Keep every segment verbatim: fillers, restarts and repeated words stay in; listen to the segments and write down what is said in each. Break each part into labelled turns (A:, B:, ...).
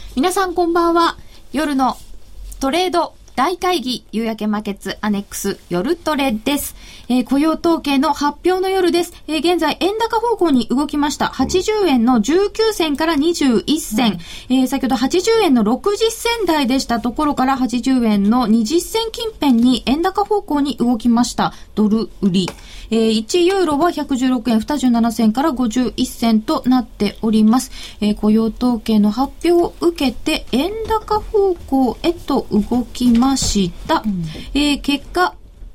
A: 皆さんこんばんは。夜のトレード大会議夕焼けマーケッツアネックス夜トレです。えー、雇用統計の発表の夜です。えー、現在円高方向に動きました。はちじゅうえんのじゅうきゅうせんからにじゅういっせん、うんえー、先ほどはちじゅうえんのろくじゅっせん台でしたところからはちじゅうえんのにじゅっせん近辺に円高方向に動きました。ドル売り。えー、いちユーロはひゃくじゅうろくえんにじゅうななせんからごじゅういっせんとなっております。えー、雇用統計の発表を受けて円高方向へと動きました。うん、えー、結果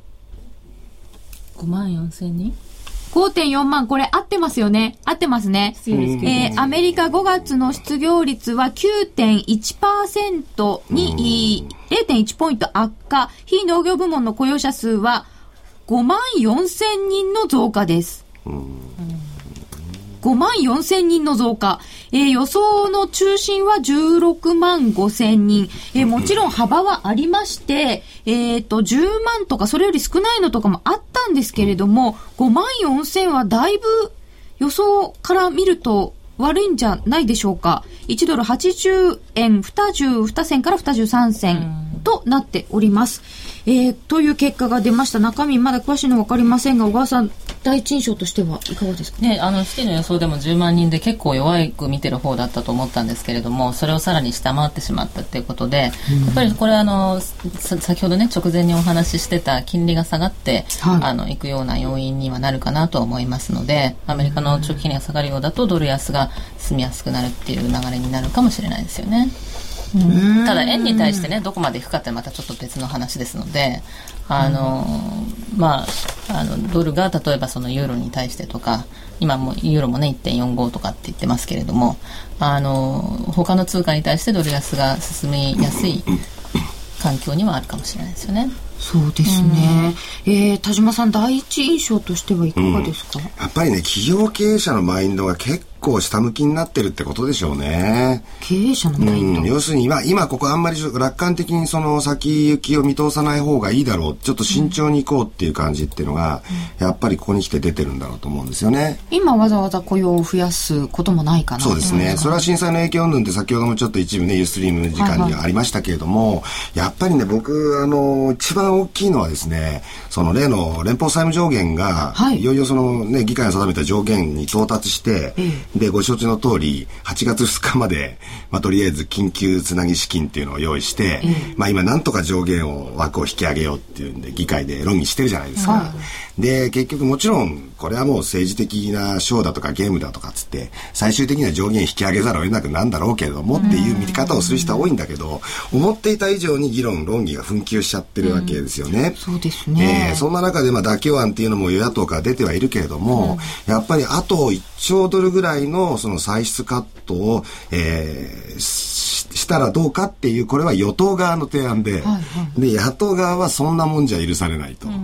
B: ごまんよんせんにん
A: ごてんよんまん、これ合ってますよね。合ってますね。えー、アメリカごがつの失業率は きゅうてんいちパーセント に れいてんいちポイント悪化。非農業部門の雇用者数はごまんよんせんにんの増加です。ごまんよんせんにんの増加。えー、予想の中心はじゅうろくまんごせんにん。えー、もちろん幅はありまして、えっと、じゅうまんとかそれより少ないのとかもあったんですけれども、ごまんよんせんはだいぶ予想から見ると悪いんじゃないでしょうか。いちドルはちじゅうえんにじゅうにせんからにじゅうさんせんとなっております。えー、という結果が出ました。中身まだ詳しいのは分かりませんが、小川さん第一印象としてはいかがですか
B: ね。あのシティの予想でもじゅうまんにんで結構弱く見てる方だったと思ったんですけれども、それをさらに下回ってしまったっていうことで、うん、やっぱりこれあの先ほどね直前にお話ししてた金利が下がって、はい、あのいくような要因にはなるかなと思いますので、アメリカの長期金利が下がるようだとドル安が進みやすくなるっていう流れになるかもしれないですよね。ただ円に対してねどこまでいくかってまたちょっと別の話ですので、あの、うん、まあ、あのドルが例えばそのユーロに対してとか、今もユーロもね いってんよんご とかって言ってますけれども、あの他の通貨に対してドル安が進みやすい環境にはあるかもしれないですよね。
A: そうですね、うんえー、田島さん第一印象としてはいかがですか。うん、
C: やっぱりね企業経営者のマインドが結構下向きになってるってことでしょうね。
A: 経営者のマインド、
C: うん、要するに今、今ここあんまり楽観的にその先行きを見通さない方がいいだろう、ちょっと慎重に行こうっていう感じっていうのが、うん、やっぱりここに来て出てるんだろうと思うんですよね。
A: 今わざわざ雇用を増やすこともないかな。
C: そうですね。それは震災の影響云々って先ほどもちょっと一部ねユーストリームの時間にはありましたけれども、はいはい、やっぱりね僕あの一番大きいのはですね、その例の連邦債務上限が、はい、いよいよそのね議会が定めた上限に到達して、うん、でご承知の通りはちがつふつかまで、まあ、とりあえず緊急つなぎ資金っていうのを用意して、うんまあ、今なんとか上限を枠を引き上げようっていうんで議会で論議してるじゃないですか、はい、で結局もちろんこれはもう政治的なショーだとかゲームだとかつって最終的には上限引き上げざるを得なくなんだろうけれどもっていう見方をする人は多いんだけど、思っていた以上に議論論議が紛糾しちゃってるわけですよね、
A: うん、そうですね、
C: えー、そんな中でまあ妥協案っていうのも与野党から出てはいるけれども、うん、やっぱりあといっちょうドルぐらいのその歳出カットを、えー、し, したらどうかっていう、これは与党側の提案で、はいはい、で野党側はそんなもんじゃ許されないと、うん、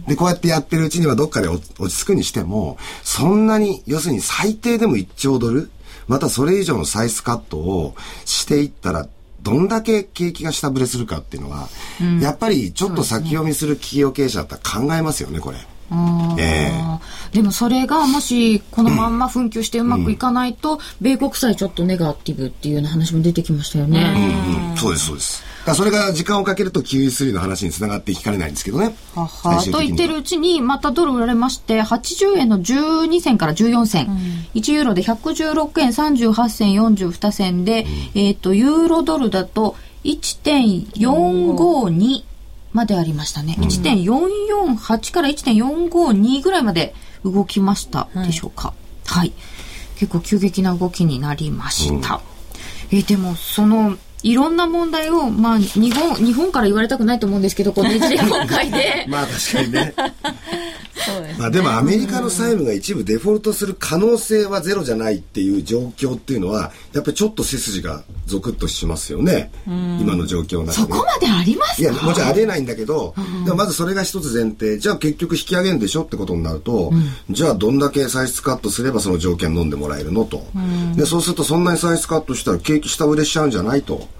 C: でこうやってやってるうちにはどっかで落ち着くにしても、そんなに要するに最低でもいっちょうドルまたそれ以上の歳出カットをしていったらどんだけ景気が下振れするかっていうのは、うん、やっぱりちょっと先読みする企業経営者だったら考えますよねこれ。
A: あえー、でもそれがもしこのまんま紛糾してうまくいかないと、うん、米国債ちょっとネガティブっていうような話も出てきましたよね、
C: うんうん、そうですそうです。だからそれが時間をかけると キューイースリー の話につながっていきかねないんですけどね。
A: ははと言ってるうちにまたドル売られまして、はちじゅうえんのじゅうにせんからじゅうよんせん、うん、いちユーロでひゃくじゅうろくえんさんじゅうはっせんよんじゅうにせんで、うんえー、とユーロドルだと いってんよんごにまでありましたね、うん、いってんよんよんはち から いってんよんごに ぐらいまで動きましたでしょうか、はい、はい、結構急激な動きになりました、うん、えでもそのいろんな問題を、まあ、日本日本から言われたくないと思うんですけど、こうねじれ国会で
C: まあ確かにねそうですね。まあ、でもアメリカの債務が一部デフォルトする可能性はゼロじゃないっていう状況っていうのはやっぱりちょっと背筋がゾクッとしますよね、今の状況の中で。
A: そこまでありますか。
C: いやもちろんありえないんだけど、でもまずそれが一つ前提。じゃあ結局引き上げるんでしょってことになると、うん、じゃあどんだけ歳出カットすればその条件飲んでもらえるのと、でそうするとそんなに歳出カットしたら景気下振れしちゃうんじゃないと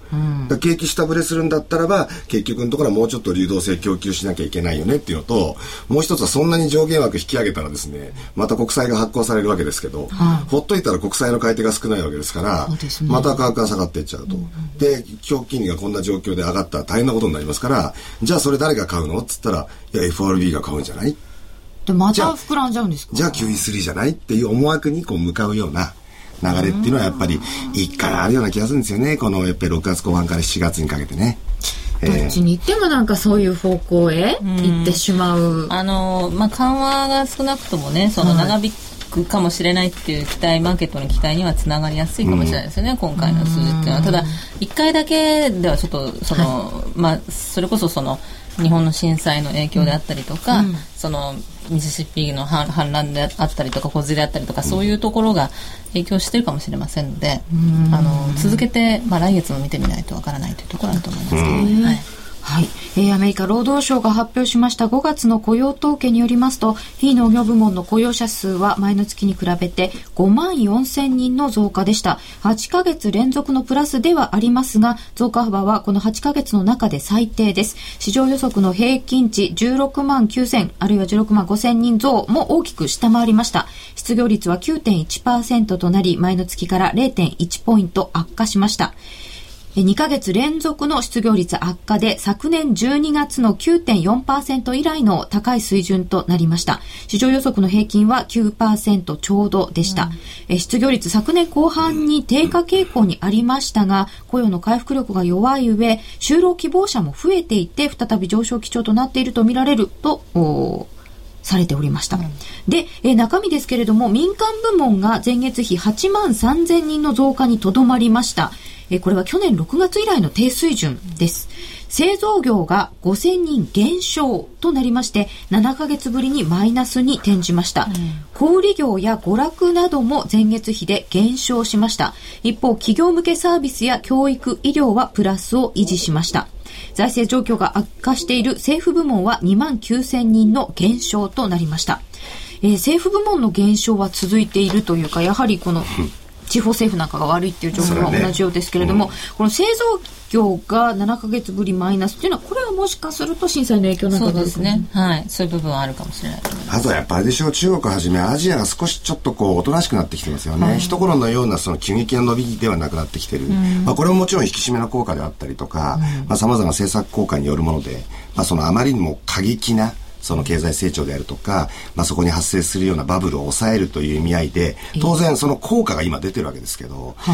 C: うん、だ景気下振れするんだったらば結局のところはもうちょっと流動性供給しなきゃいけないよねっていうのと、もう一つはそんなに上限枠引き上げたらですね、また国債が発行されるわけですけど、はい、ほっといたら国債の買い手が少ないわけですから、ね、また価格が下がっていっちゃうと、うんうん、で長期金利がこんな状況で上がったら大変なことになりますから、じゃあそれ誰が買うのっつったら、いや エフアールビー が買うんじゃない、
A: でまた膨らんじゃうんですか。
C: じゃあ キューイースリー じゃないっていう思惑にこう向かうような流れっていうのはやっぱり一回あるような気がするんですよね。このやっぱりろくがつこう半からしちがつにかけてね。
A: どっちに行ってもなんかそういう方向へ行ってしまう。
B: あの、まあ、緩和が少なくともね、その長引くかもしれないっていう期待、マーケットの期待にはつながりやすいかもしれないですよね、うん、今回の数字っていうのは。ただいっかいだけではちょっとその、はい、まあ、それこそその日本の震災の影響であったりとか、うん、そのミシシッピの氾濫であったりとか洪水であったりとか、そういうところが影響してるかもしれませんので、うん、あの続けて、まあ、来月も見てみないとわからないというところだと思いますけど、ね、はい
A: はい、えー、アメリカ労働省が発表しましたごがつの雇用統計によりますと、非農業部門の雇用者数は前の月に比べてごまんよんせんにんの増加でした。はちかげつ連続のプラスではありますが、増加幅はこのはちかげつの中で最低です。市場予測の平均値じゅうろくまんきゅうせんあるいはじゅうろくまんごせんにん増も大きく下回りました。失業率は きゅうてんいちパーセント となり、前の月から れいてんいちポイント悪化しました。にかげつ連続の失業率悪化で、昨年じゅうにがつの きゅうてんよんパーセント 以来の高い水準となりました。市場予測の平均は きゅうパーセント ちょうどでした、うん、失業率昨年後半に低下傾向にありましたが、雇用の回復力が弱い上、就労希望者も増えていて再び上昇基調となっていると見られるとされておりました、うん、で、えー、中身ですけれども、民間部門が前月比はちまんさんぜんにんの増加にとどまりました。えー、これは去年ろくがつ以来の低水準です。製造業がごせんにん減少となりまして、ななかげつぶりにマイナスに転じました、うん、小売業や娯楽なども前月比で減少しました。一方、企業向けサービスや教育医療はプラスを維持しました。財政状況が悪化している政府部門はにまんきゅうせんにんの減少となりました。えー、政府部門の減少は続いているというか、やはりこの地方政府なんかが悪いっていう状況は同じようですけれども、ね、うん、この製造業がななかげつぶりマイナスっていうのは、これはもしかすると震災の影響なんかがあるかもしれない。そうですね、はい、そういう部分はあるかもしれないと思います。
C: あとはやっぱりでしょう、中国はじめアジアが少しちょっとこうおとなしくなってきてますよね、はい、一頃のようなその急激な伸びではなくなってきてる、うん、まあ、これももちろん引き締めの効果であったりとか、さまざ、まな政策効果によるもので、まあ、そのあまりにも過激なその経済成長であるとか、まあ、そこに発生するようなバブルを抑えるという意味合いで、当然その効果が今出てるわけですけど、はい、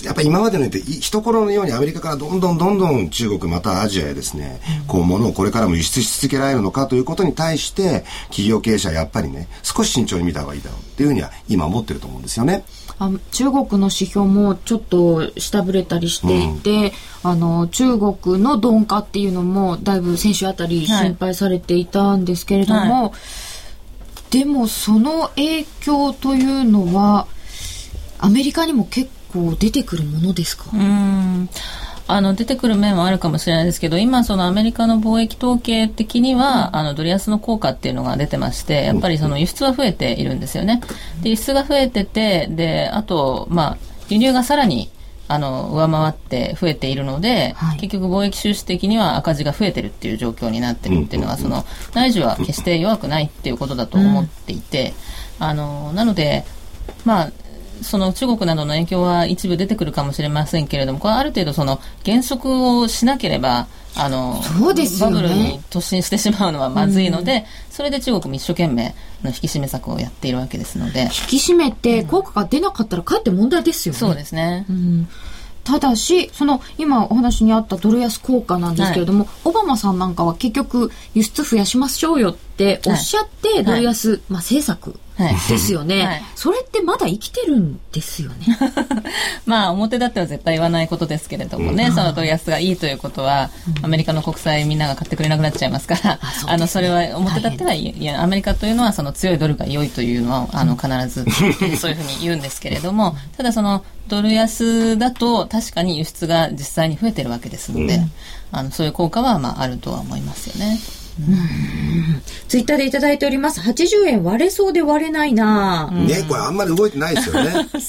C: やっぱり今までのように一頃のようにアメリカからどんどんどんどん中国またアジアへですね、うん、こう物をこれからも輸出し続けられるのかということに対して企業経営者はやっぱりね、少し慎重に見た方がいいだろうっていうふうには今思ってると思うんですよね。
A: あ、中国の指標もちょっと下振れたりしていて、うん、あの中国の鈍化っていうのもだいぶ先週あたり心配されていたんですけれども、はい、でもその影響というのはアメリカにも結構出てくるものですか？
B: うーん、あの出てくる面はあるかもしれないですけど、今そのアメリカの貿易統計的には、うん、あのドル安の効果っていうのが出てまして、やっぱりその輸出は増えているんですよね。で、輸出が増えてて、で、あと、まあ、輸入がさらにあの上回って増えているので、はい、結局貿易収支的には赤字が増えてるっていう状況になってるっていうのは、その内需は決して弱くないっていうことだと思っていて、うん、あのなので、まあその中国などの影響は一部出てくるかもしれませんけれども、これはある程度その減速をしなければあの
A: そうですよね、
B: バブルに突進してしまうのはまずいので、うん、それで中国も一生懸命の引き締め策をやっているわけですので、
A: 引き締めて効果が出なかったらかえって問題ですよね。
B: そうですね、
A: うん、ただしその今お話にあったドル安効果なんですけれども、はい、オバマさんなんかは結局輸出増やしましょうよっておっしゃってドル安、はい、まあ、政策ですよね、はい、それってまだ生きてるんですよね
B: まあ表立っては絶対言わないことですけれどもね、うん、そのドル安がいいということは、うん、アメリカの国債みんなが買ってくれなくなっちゃいますから、あ、 そ, あのそれは表立ってはい、いやアメリカというのはその強いドルが良いというのはあの必ずそういうふうに言うんですけれども、ただそのドル安だと確かに輸出が実際に増えてるわけですので、うん、あのそういう効果はまああるとは思いますよね。
A: うん、ツイッターでいただいております。はちじゅうえん割れそうで割れないな、
C: うん、ね、これあんまり動いてないですよね
B: そう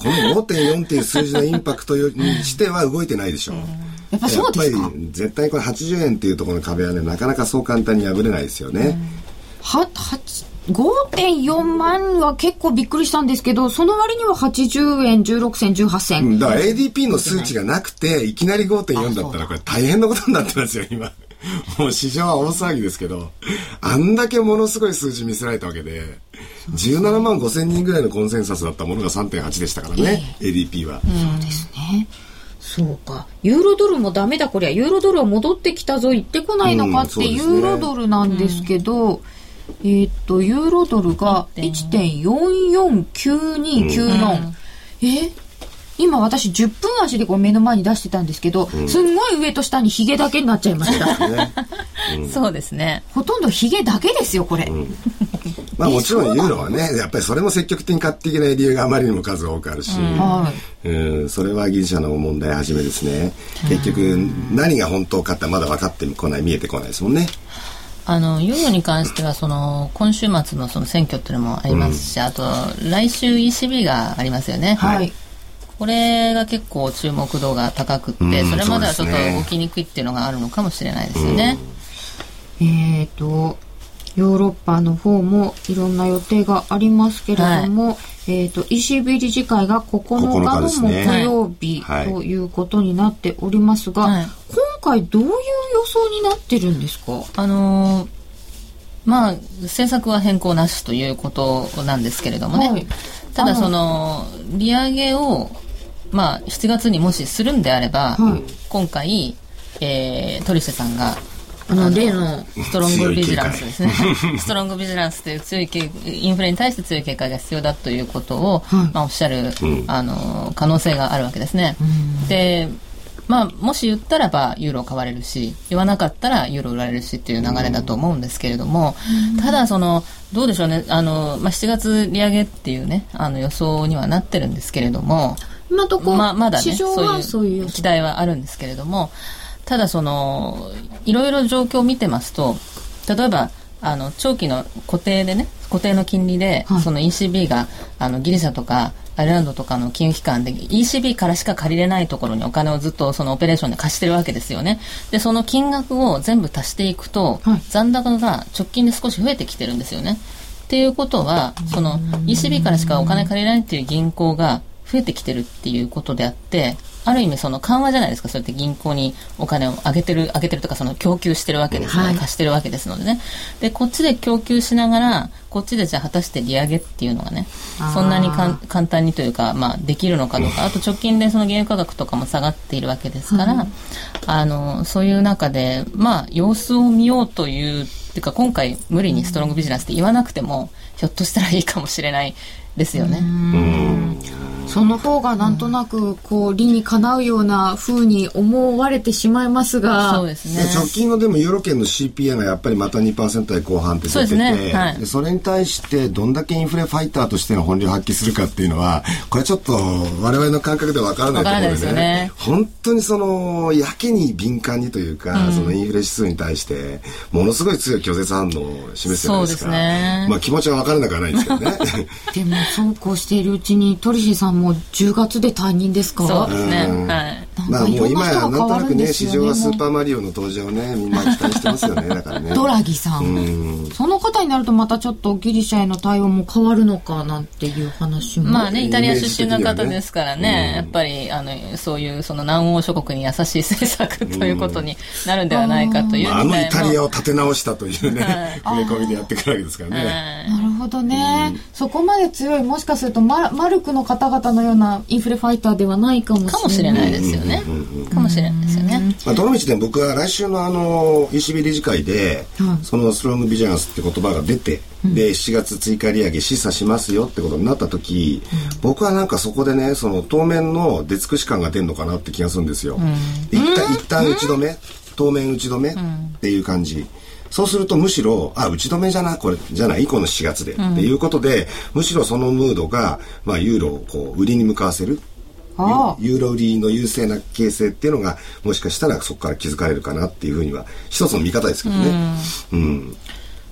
C: この ごてんよん っていう数字のインパクトにしては動いてないでしょう。
A: やっぱそうですか。
C: やっぱり絶対これはちじゅうえんっていうところの壁はね、なかなかそう簡単に破れないですよね。
A: は、はち、ごてんよんまんは結構びっくりしたんですけど、その割にははちじゅうえん、じゅうろくせん、じゅうはっせん。
C: だから エーディーピー の数値がなくて、いきなり ごてんよん だったらこれ大変なことになってますよ、今。もう市場は大騒ぎですけど、あんだけものすごい数字見せられたわけで、じゅうななまんごせんにんぐらいのコンセンサスだったものが さんてんはち でしたからね、えー、エーディーピー は。
A: そうですね。そうか。ユーロドルもダメだこりゃ。ユーロドルは戻ってきたぞ、行ってこないのかって、うんね、ユーロドルなんですけど、うん、えー、っと、ユーロドルが いちてんよんよんきゅうにきゅうよん。うん、え今私じゅっぷん足でこう目の前に出してたんですけど、うん、すんごい上と下にヒゲだけになっちゃいました。ね
B: うん、そうですね。
A: ほとんどヒゲだけですよ、これ。うん、
C: まあもちろんユーロはね、やっぱりそれも積極的に買っていけない理由があまりにも数多くあるし、うんうん、それはギリシャの問題はじめですね。結局何が本当かってまだ分かってこない、見えてこないですもんね。
B: あのユーロに関してはその今週末のその選挙っていうのもありますし、うん、あと来週 イーシービー がありますよね。
A: はい。
B: これが結構注目度が高くって、うん、それまではちょっと動きにくいっていうのがあるのかもしれないですよね。
A: うん、えーとヨーロッパの方もいろんな予定がありますけれども、はい、えーと イーシービー 理事会がここのかの木曜日ということになっておりますが、はい、今回どういう予想になってるんですか？
B: あのー、まあ政策は変更なしということなんですけれどもね、はい、ただその利上げをまあ、しちがつにもしするんであれば、はい、今回、えー、トリシェさんが
A: あの例の
B: ストロングビジランスですねストロングビジランスという強いインフレに対して強い警戒が必要だということを、はいまあ、おっしゃる、うん、あの可能性があるわけですね。で、まあ、もし言ったらばユーロ買われるし、言わなかったらユーロ売られるしっていう流れだと思うんですけれども、ただそのどうでしょうね、あの、まあ、しちがつ利上げっていうねあの予想にはなってるんですけれども、
A: 今どこ、
B: まあ、まだね
A: 市場は
B: そういう期待はあるんですけれども、ただそのいろいろ状況を見てますと、例えばあの長期の固定でね固定の金利で、はい、その イーシービー があのギリシャとかアイルランドとかの金融機関で イーシービー からしか借りれないところにお金をずっとそのオペレーションで貸してるわけですよね。でその金額を全部足していくと、はい、残高が直近で少し増えてきてるんですよね。っていうことはその イーシービー からしかお金借りれないっていう銀行が増えてきてるっていうことであって、ある意味その緩和じゃないですか。そうやって銀行にお金を上げてる上げてるとかその供給してるわけですので、はい、貸してるわけですのでね。でこっちで供給しながらこっちでじゃあ果たして利上げっていうのがねそんなにかん簡単にというか、まあ、できるのかどうか、あと直近でその原油価格とかも下がっているわけですから、はい、あのそういう中でまあ様子を見ようというっていうか、今回無理にストロングビジネスって言わなくてもひょっとしたらいいかもしれないですよね。うーん、
A: その方がなんとなくこう理にかなうような風に思われてしまいますが、
B: そうですね。
C: 直近のでもユーロ圏の シーピーアイ がやっぱりまた にパーセント 台後半って出てて、 そ, うですね、はい、でそれに対してどんだけインフレファイターとしての本領を発揮するかっていうのはこれちょっと我々の感覚では分からないところで ね, ですよね。本当にそのやけに敏感にというか、うん、そのインフレ指数に対してものすごい強い拒絶反応を示すじゃないですか。
B: そうですね。
C: まあ気持ちは分からなくはないですけどね
A: でもそうこうしているうちにトリシーさんもじゅうがつで退任ですか？
B: そうですね、はい、
C: まあもう今やなんとなくね市場はスーパーマリオの登場をねみんな期待してますよねだからね
A: ドラギさん、うん、その方になるとまたちょっとギリシャへの対応も変わるのかなんていう話も、
B: まあねイタリア出身の方ですからね、うん、やっぱりあのそういうその南欧諸国に優しい政策ということになるんではないかという、うん、
C: あのイタリアを立て直したというね、はい、踏み込みでやってくるわけですからね。
A: なるほどね、うん、そこまで強い、もしかすると マ, マルクの方々のようなインフレファイターではないかもしれない
B: かもしれないですよね、うんうんうんうん、かもしれないですよね。
C: まあ、どの道で僕は来週のあの イーシービー 理事会で、うん、そのストロングビジネスって言葉が出て、うん、でしちがつ追加利上げ示唆しますよってことになった時、うん、僕はなんかそこでねその当面の出尽くし感が出るのかなって気がするんですよ、うん、一旦一旦打ち止め、うん、当面打ち止めっていう感じ、そうするとむしろあ打ち止めじゃなこれじゃない以降のしがつで、うん、っていうことでむしろそのムードが、まあ、ユーロをこう売りに向かわせる、ああユーロ売りの優勢な形勢っていうのがもしかしたらそこから気づかれるかなっていうふうには一つの見方ですけどね、うん、うん、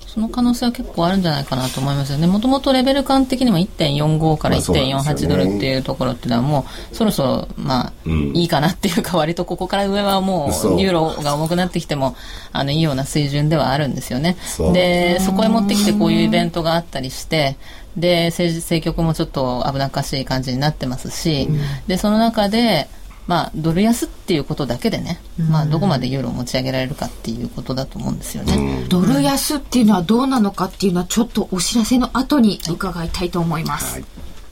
B: その可能性は結構あるんじゃないかなと思いますよね。もともとレベル感的には いってんよんご から いってんよんはち ドルっていうところっていうのはもうそろそろまあ、うん、いいかなっていうか、割とここから上はもうユーロが重くなってきてもあのいいような水準ではあるんですよね。でそこへ持ってきてこういうイベントがあったりして、で政治政局もちょっと危なっかしい感じになってますし、うん、でその中でまあ、ドル安っていうことだけでね、まあ、どこまでユーロを持ち上げられるかっていうことだと思うんですよね、
A: うん、ドル安っていうのはどうなのかっていうのはちょっとお知らせの後に伺いたいと思います、はい。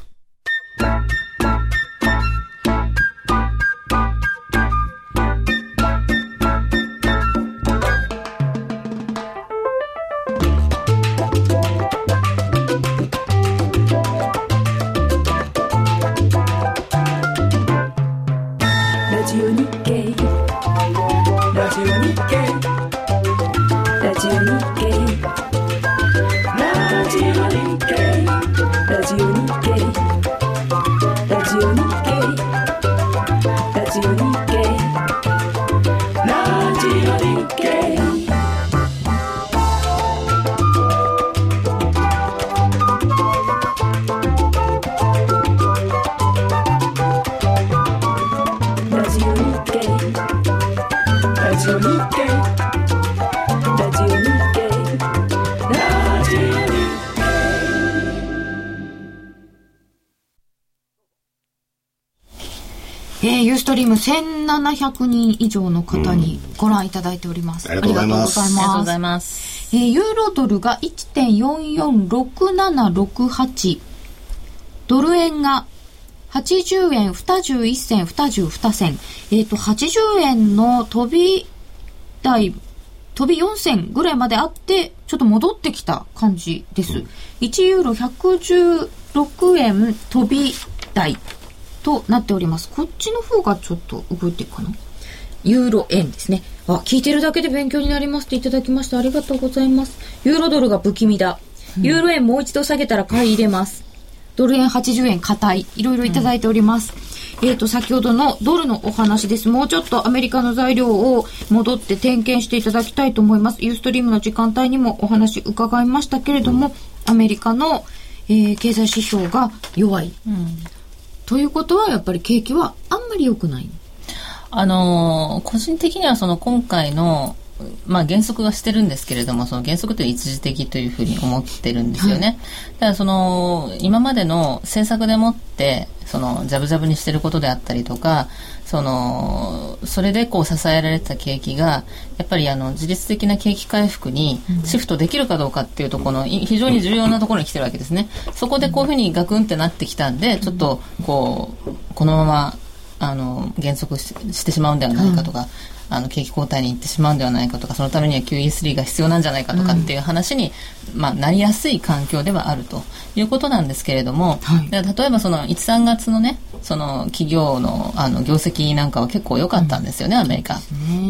A: えー、ユーストリームせんななひゃくにん以上の方にご覧いただいております、うん、ありがとうございます。
B: ありがとうございます。
A: えー、ユーロドルが いってんよんよんろくななろくはち、ドル円がはちじゅうえんにじゅういっせんにじゅうにせん、えっとはちじゅうえんの飛び台飛びよん銭ぐらいまであってちょっと戻ってきた感じです、うん、いちユーロひゃくじゅうろくえん飛び台となっております。こっちの方がちょっと動いてるかな。ユーロ円ですね。あ、聞いてるだけで勉強になりますっていただきました。ありがとうございます。ユーロドルが不気味だ、うん、ユーロ円もう一度下げたら買い入れます。ドル円はちじゅうえん硬い、いろいろいただいております、うん、えーと先ほどのドルのお話です。もうちょっとアメリカの材料を戻って点検していただきたいと思います。ユーストリームの時間帯にもお話伺いましたけれども、アメリカの、えー、経済指標が弱い、うんということはやっぱり景気はあんまり良くない。
B: あのー、個人的にはその今回の、まあ、減速がしてるんですけれども、その減速という一時的というふうに思ってるんですよね、はい、だからその今までの政策でもってそのジャブジャブにしてることであったりとか、そのそれでこう支えられた景気がやっぱりあの自律的な景気回復にシフトできるかどうかっていうところの非常に重要なところに来てるわけですね。そこでこういうふうにガクンってなってきたんで、ちょっとこうこのままあの減速 し, してしまうんではないかとか、うん、あの景気後退に行ってしまうんではないかとか、そのためには キューイースリー が必要なんじゃないかとかっていう話に、うんまあ、なりやすい環境ではあるということなんですけれども、はい、例えばそのいち、さんがつのね、その企業 の, あの業績なんかは結構良かったんですよね、うん、アメリカ、うん、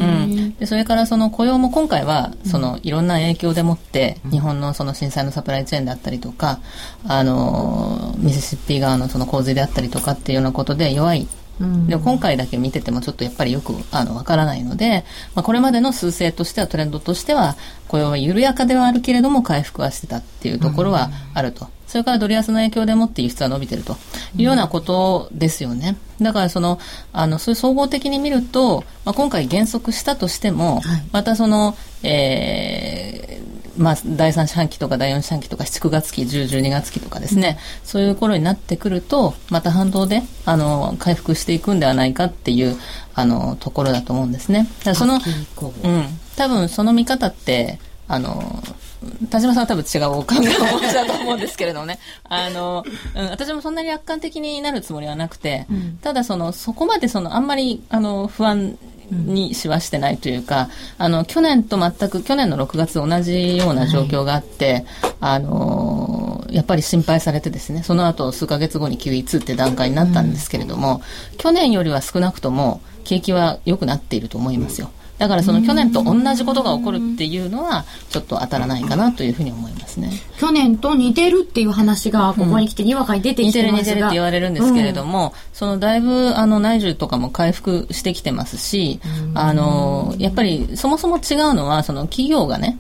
B: でそれからその雇用も今回はそのいろんな影響でもって日本のその震災のサプライチェーンであったりとか、あのミシシッピ川のその洪水であったりとかっていうようなことで弱い。うん、でも今回だけ見ててもちょっとやっぱりよくあのわからないので、まあ、これまでの趨勢としてはトレンドとしては雇用は緩やかではあるけれども回復はしてたっていうところはあると、うん、それからドル安の影響でもって輸出は伸びてるというようなことですよね。だからそのあのそういう総合的に見ると、まあ、今回減速したとしても、はい、またその、えーまあ、だいさん四半期とかだいよん四半期とかしち、くがつ期、じゅう、じゅうにがつ期とかですね、うん、そういう頃になってくるとまた反動であの回復していくんではないかっていうあのところだと思うんですね。だからその、うん、多分その見方ってあの田島さんは多分違うお考えをお持ちだと思うんですけれどもねあの、うん、私もそんなに楽観的になるつもりはなくて、うん、ただそのそこまでそのあんまりあの不安にしはしてないというか、あの去年と全く去年のろくがつ同じような状況があって、はい、あのやっぱり心配されてですね、その後数ヶ月後に キューイーツー って段階になったんですけれども、うん、去年よりは少なくとも景気は良くなっていると思いますよ。だからその去年と同じことが起こるっていうのはちょっと当たらないかなというふうに思いますね。
A: 去年と似てるっていう話がここに来てにわかに出てきてますが、うん、似てる似てるって
B: 言われるんですけれども、うん、そのだいぶあの内需とかも回復してきてますし、あのやっぱりそもそも違うのはその企業がね、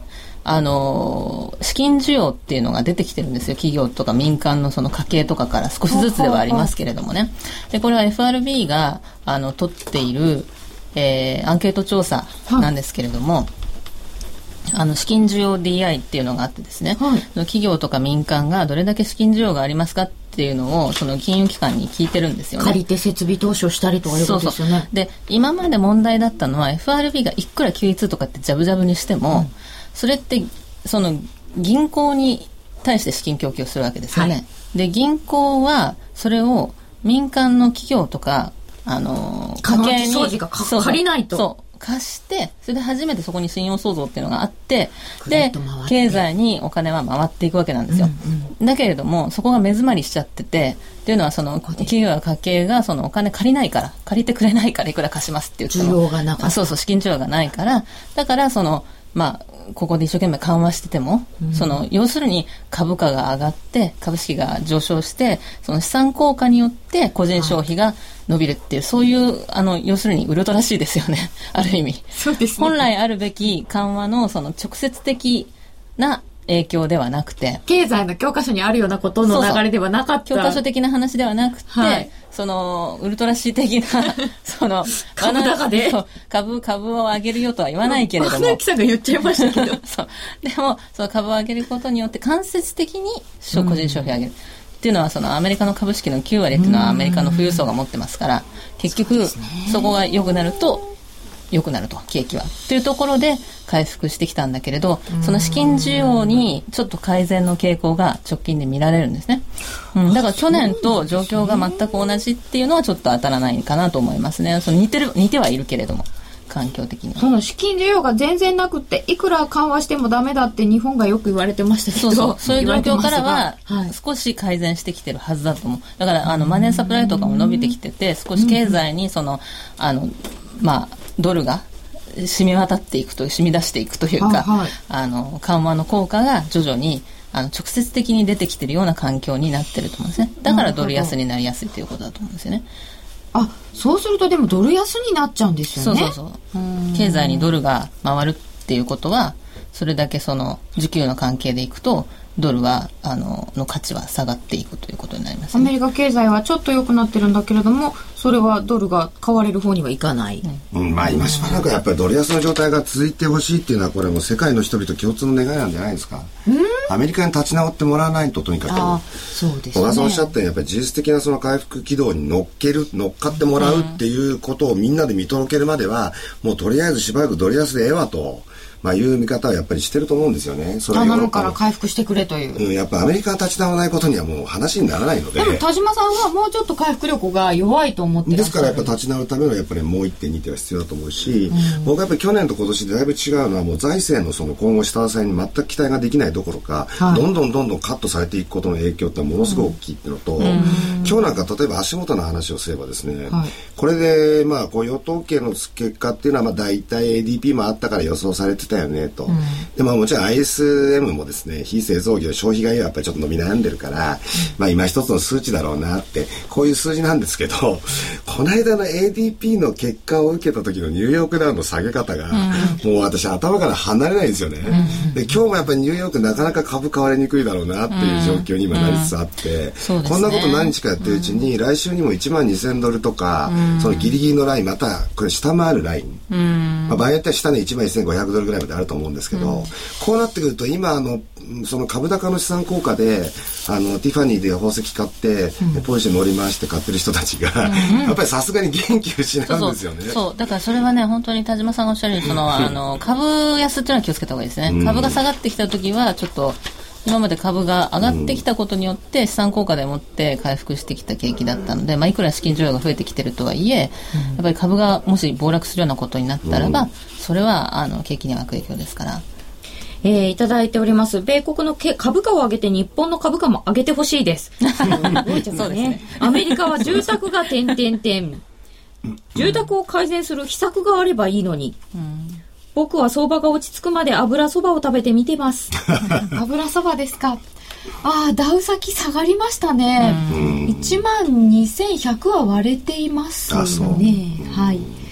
B: あの資金需要っていうのが出てきてるんですよ。企業とか民間のその家計とかから少しずつではありますけれどもね。でこれは エフアールビー があの取っている、えー、アンケート調査なんですけれども、はい、あの資金需要 ディーアイ っていうのがあってですね、はい、企業とか民間がどれだけ資金需要がありますかっていうのをその金融機関に聞いてるんですよね。
A: 借りて設備投資をしたりとかいうことですよね。そうそう。
B: で今まで問題だったのは エフアールビー がいくら キューイーツー とかってジャブジャブにしても、うん、それってその銀行に対して資金供給をするわけですよね、はい、で銀行はそれを民間の企業とかあの
A: 家計にそうそう借りないと
B: そう貸してそれで初めてそこに信用創造っていうのがあってで経済にお金は回っていくわけなんですよ、うんうん、だけれどもそこが目詰まりしちゃっててっていうのはその企業や家計がそのお金借りないから借りてくれないからいくら貸しますって言っても
A: 需要がなかった
B: そうそう資金需要がないからだからそのまあここで一生懸命緩和してても、うん、その要するに株価が上がって株式が上昇してその資産効果によって個人消費が伸びるっていう、はい、そういうあの要するにウルトラ C ですよねある意味
A: そうですね。
B: 本来あるべき緩和のその直接的な影響ではなくて
A: 経済の教科書にあるようなことの流れではなかった
B: そうそう教科書的な話ではなくて、はい、そのウルトラ C 的なその
A: 株高で
B: 株株を上げるよとは言わないけれども
A: 花木さんが言っちゃいましたけど
B: そうでもその株を上げることによって間接的に個人消費を上げる、うん、っていうのはそのアメリカの株式のきゅうわりっていうのはアメリカの富裕層が持ってますから結局 そ,、ね、そこが良くなると良くなると景気はというところで回復してきたんだけれどその資金需要にちょっと改善の傾向が直近で見られるんですね、うん、だから去年と状況が全く同じっていうのはちょっと当たらないかなと思いますね。その似てる似てはいるけれども環境的に
A: その資金需要が全然なくっていくら緩和してもダメだって日本がよく言われてましたけど
B: そうそうそういう状況からは少し改善してきてるはずだと思う。だからあのマネーサプライとかも伸びてきてて少し経済にそのあのまあドルが染み渡っていくと染み出していくというか、はいはい、あの緩和の効果が徐々にあの直接的に出てきているような環境になってると思うんですね。だからドル安になりやすいということだと思うんですよね。
A: あ、そうするとでもドル安になっちゃうんですよね。
B: そうそうそう。経済にドルが回るっていうことはそれだけその需給の関係でいくとドルはあのの価値は下がっていくということになります、ね、
A: アメリカ経済はちょっと良くなってるんだけれどもそれはドルが買われる方にはいかない、
C: うん、まあ今しばらくやっぱりドル安の状態が続いてほしいっていうのはこれもう世界の人々共通の願いなんじゃないですか。アメリカに立ち直ってもらわないととにかく
A: あそうですね、
C: 小川さんおっしゃったようにやっぱり事実的なその回復軌道に乗っける乗っかってもらうっていうことをみんなで見届けるまではもうとりあえずしばらくドル安でええわとまあ、いう見方はやっぱりしてると思うんですよね。それは
A: 頼むから回復してくれという、
C: うん、やっぱアメリカが立ち直らないことにはもう話にならないので。
A: でも田島さんはもうちょっと回復力が弱いと思ってらっしゃる。
C: ですからやっぱ立ち直るためのやっぱりもういってんにてんは必要だと思うし、うん、僕はやっぱり去年と今年でだいぶ違うのはもう財政のその今後下支えに全く期待ができないどころか、はい、どんどんどんどんカットされていくことの影響ってものすごく大きいっていうのと、うん、今日なんか例えば足元の話をすればですね、はい、これでまあ雇用統計の結果っていうのはまあ大体 エーディーピー もあったから予想されてたよねと、うんでまあ、もちろん アイエスエム もですね非製造業消費がやっぱりちょっと伸び悩んでるから、うん、まあ今一つの数値だろうなってこういう数字なんですけどこの間の エーディーピー の結果を受けた時のニューヨークダウンの下げ方が、うん、もう私頭から離れないんですよね、うん、で今日もやっぱりニューヨークなかなか株買われにくいだろうなっていう状況に今なりつつあって、うんうんね、こんなこと何日かやってるうちに、うん、来週にもいちまんにせんドルとか、うん、そのギリギリのラインまたこれ下回るライン、うんまあ、場合によっては下にいちまんせんごひゃくドルぐらいまであると思うんですけど、うんこうなってくると今あのその株高の資産効果であのティファニーで宝石買って、うん、ポルシェ乗り回して買ってる人たちが、うん、やっぱりさすがに元気失うんですよね。
B: そうそうそうだからそれはね本当に田島さんがおっしゃるようにそのあの株安っていうのは気をつけた方がいいですね、うん、株が下がってきた時はちょっと今まで株が上がってきたことによって資産効果でもって回復してきた景気だったので、まあ、いくら資金需要が増えてきてるとはいえ、うん、やっぱり株がもし暴落するようなことになったらば、うん、それはあの景気には悪影響ですから
A: えー、いただいております。米国の株価を上げて日本の株価も上げてほしいです。そうですね。アメリカは住宅が点々点。住宅を改善する秘策があればいいのに。うん僕は相場が落ち着くまで油そばを食べてみてます。油そばですか。ああ、ダウ先下がりましたね。いちまんにせんひゃくは割れていますね。はい。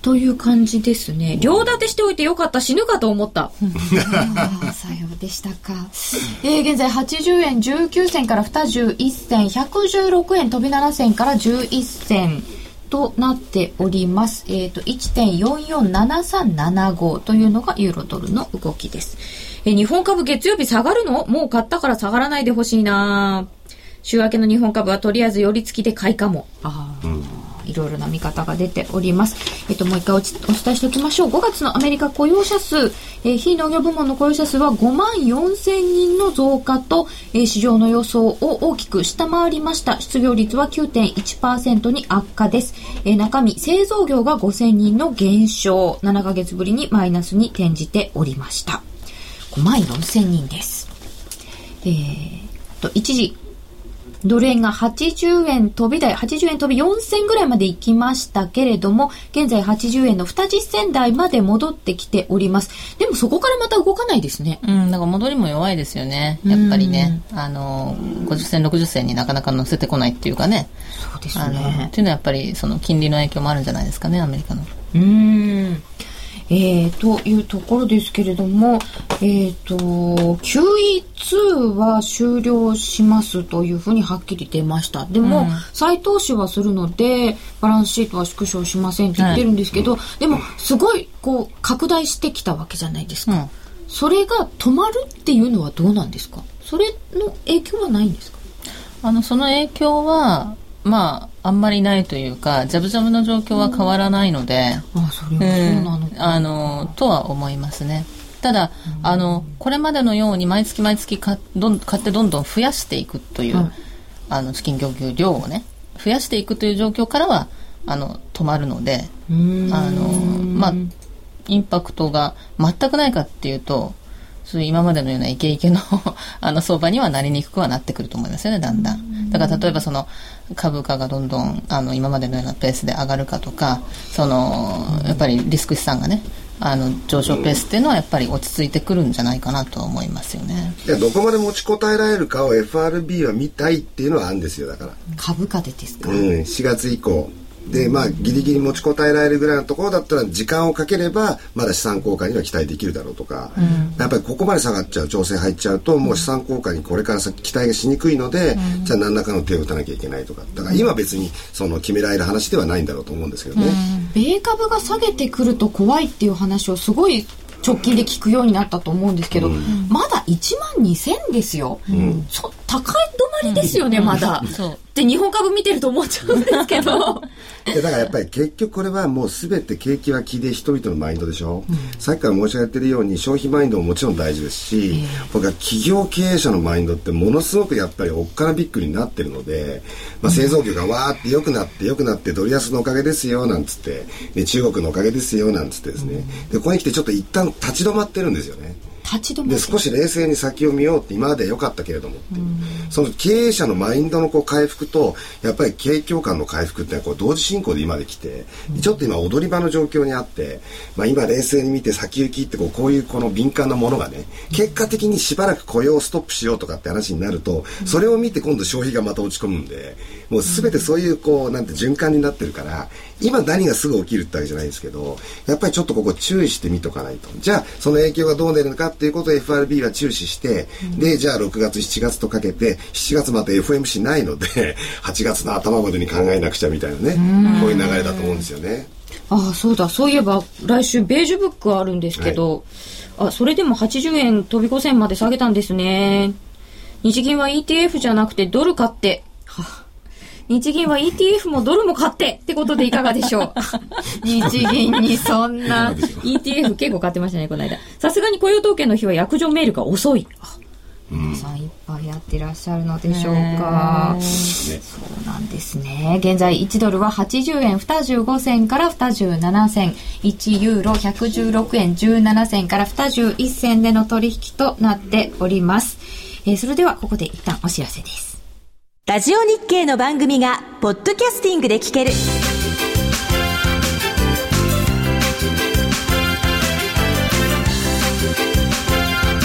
A: という感じですね。両立てしておいてよかった、死ぬかと思った。あさようでしたか。えー、現在はちじゅうえんじゅうきゅうせんからにじゅういっせん、ひゃくじゅうろくえん飛びななせんからじゅういっせんとなっております。えっと、いってんよんよんななさんななご というのがユーロドルの動きです。えー、日本株月曜日下がるの？もう買ったから下がらないでほしいな。週明けの日本株はとりあえず寄り付きで買いかも。ああ。うんいろいろな見方が出ております。えっと、もう一回お伝えしておきましょう。ごがつのアメリカ雇用者数、えー、非農業部門の雇用者数はごまんよんせんにんの増加と、えー、市場の予想を大きく下回りました。失業率は きゅうてんいちパーセント に悪化です。えー、中身、製造業がごせんにんの減少、ななかげつぶりにマイナスに転じておりました。ごまんよんせんにんです。えー、と、一時、ドル円がはちじゅうえん飛び台、はちじゅうえん飛びよんせんぐらいまで行きましたけれども、現在はちじゅうえんのにじゅっせん台まで戻ってきております。でもそこからまた動かないですね。
B: うん、だから戻りも弱いですよね。やっぱりね、あの、ごじゅっせん、ろくじゅっせんになかなか乗せてこないっていうかね。
A: そうですね。
B: あのっていうのはやっぱりその金利の影響もあるんじゃないですかね、アメリカの。
A: うーん。えー、というところですけれども、えーと、キューイーツー は終了しますというふうにはっきり出ました。でも、うん、再投資はするので、バランスシートは縮小しませんって言ってるんですけど、はい、でも、すごい、こう、拡大してきたわけじゃないですか。うん、それが止まるっていうのはどうなんですか？それの影響はないんですか？
B: あの、その影響は、まあ、あんまりないというか、ジャブジャブの状況は変わらないので、
A: うん、あ、それはそうなのか、
B: うん、あの、とは思いますね。ただ、うん、あの、これまでのように毎月毎月買どん買ってどんどん増やしていくという、うん、あの、資金供給量をね、増やしていくという状況からは、あの、止まるので、あの、まあ、インパクトが全くないかっていうと、そういう今までのようなイケイケのあの相場にはなりにくくはなってくると思いますよね、だんだん。だから例えばその株価がどんどんあの今までのようなペースで上がるかとか、そのやっぱりリスク資産がね、あの上昇ペースっていうのはやっぱり落ち着いてくるんじゃないかなと思いますよね。
C: いや、どこまで持ちこたえられるかを エフアールビー は見たいっていうのはあるんですよ。だから
A: 株価でですか？
C: うん、しがつ以降で、まあ、ギリギリ持ちこたえられるぐらいのところだったら時間をかければまだ資産効果には期待できるだろうとか、うん、やっぱりここまで下がっちゃう、調整入っちゃうともう資産効果にこれから先期待がしにくいので、うん、じゃあ何らかの手を打たなきゃいけないとか、だから今別にその決められる話ではないんだろうと思うんですけどね、
A: うん、米株が下げてくると怖いっていう話をすごい直近で聞くようになったと思うんですけど、うん、まだいちまんにせんですよ、うん、そ高い止まりですよね、うん、まだ、うん、そうで日本株見てると思っちゃうんですけど
C: いやだからやっぱり結局これはもう全て景気は気で人々のマインドでしょ、うん、さっきから申し上げてるように消費マインドももちろん大事ですし、えー、僕は企業経営者のマインドってものすごくやっぱりおっかなびっくりになってるので、まあ、製造業がわーって良くなって良くなってドル安のおかげですよなんつって、で中国のおかげですよなんつってですね、うん、でここに来てちょっと一旦立ち止まってるんですよね。
A: 立ち止ま
C: で少し冷静に先を見ようって今まで良かったけれどもっていう、その経営者のマインドのこう回復とやっぱり景況感の回復ってのはこう同時進行で今できて、ちょっと今踊り場の状況にあって、まあ、今冷静に見て先行きってこうこういうこの敏感なものがね結果的にしばらく雇用をストップしようとかって話になると、それを見て今度消費がまた落ち込むんで、もう全てそういうこうなんて循環になってるから、今何がすぐ起きるってわけじゃないんですけど、やっぱりちょっとここ注意してみとかないと。じゃあその影響がどう出るのかっていうことを エフアールビー は注視して、うん、でじゃあろくがつしちがつとかけて、しちがつまた エフオーエムシー ないのではちがつの頭までに考えなくちゃみたいなね、こういう流れだと思うんですよね。
A: ああそうだ、そういえば来週ベージュブックあるんですけど、はい、あそれでもはちじゅうえん飛びごせんまで下げたんですね。日銀は イーティーエフ じゃなくてドル買って、はあ日銀は イーティーエフ もドルも買ってってことでいかがでしょう日銀にそんな イーティーエフ 結構買ってましたねこの間。さすがに雇用統計の日は約定メールが遅い。皆さんいっぱいやってらっしゃるのでしょうか。そうなんですね。現在いちドルははちじゅうえんにじゅうごせんからにじゅうななせん、いちユーロひゃくじゅうろくえんじゅうななせんからにじゅういっせんでの取引となっております。えー、それではここで一旦お知らせです。
D: ラジオ日経の番組がポッドキャスティングで聞け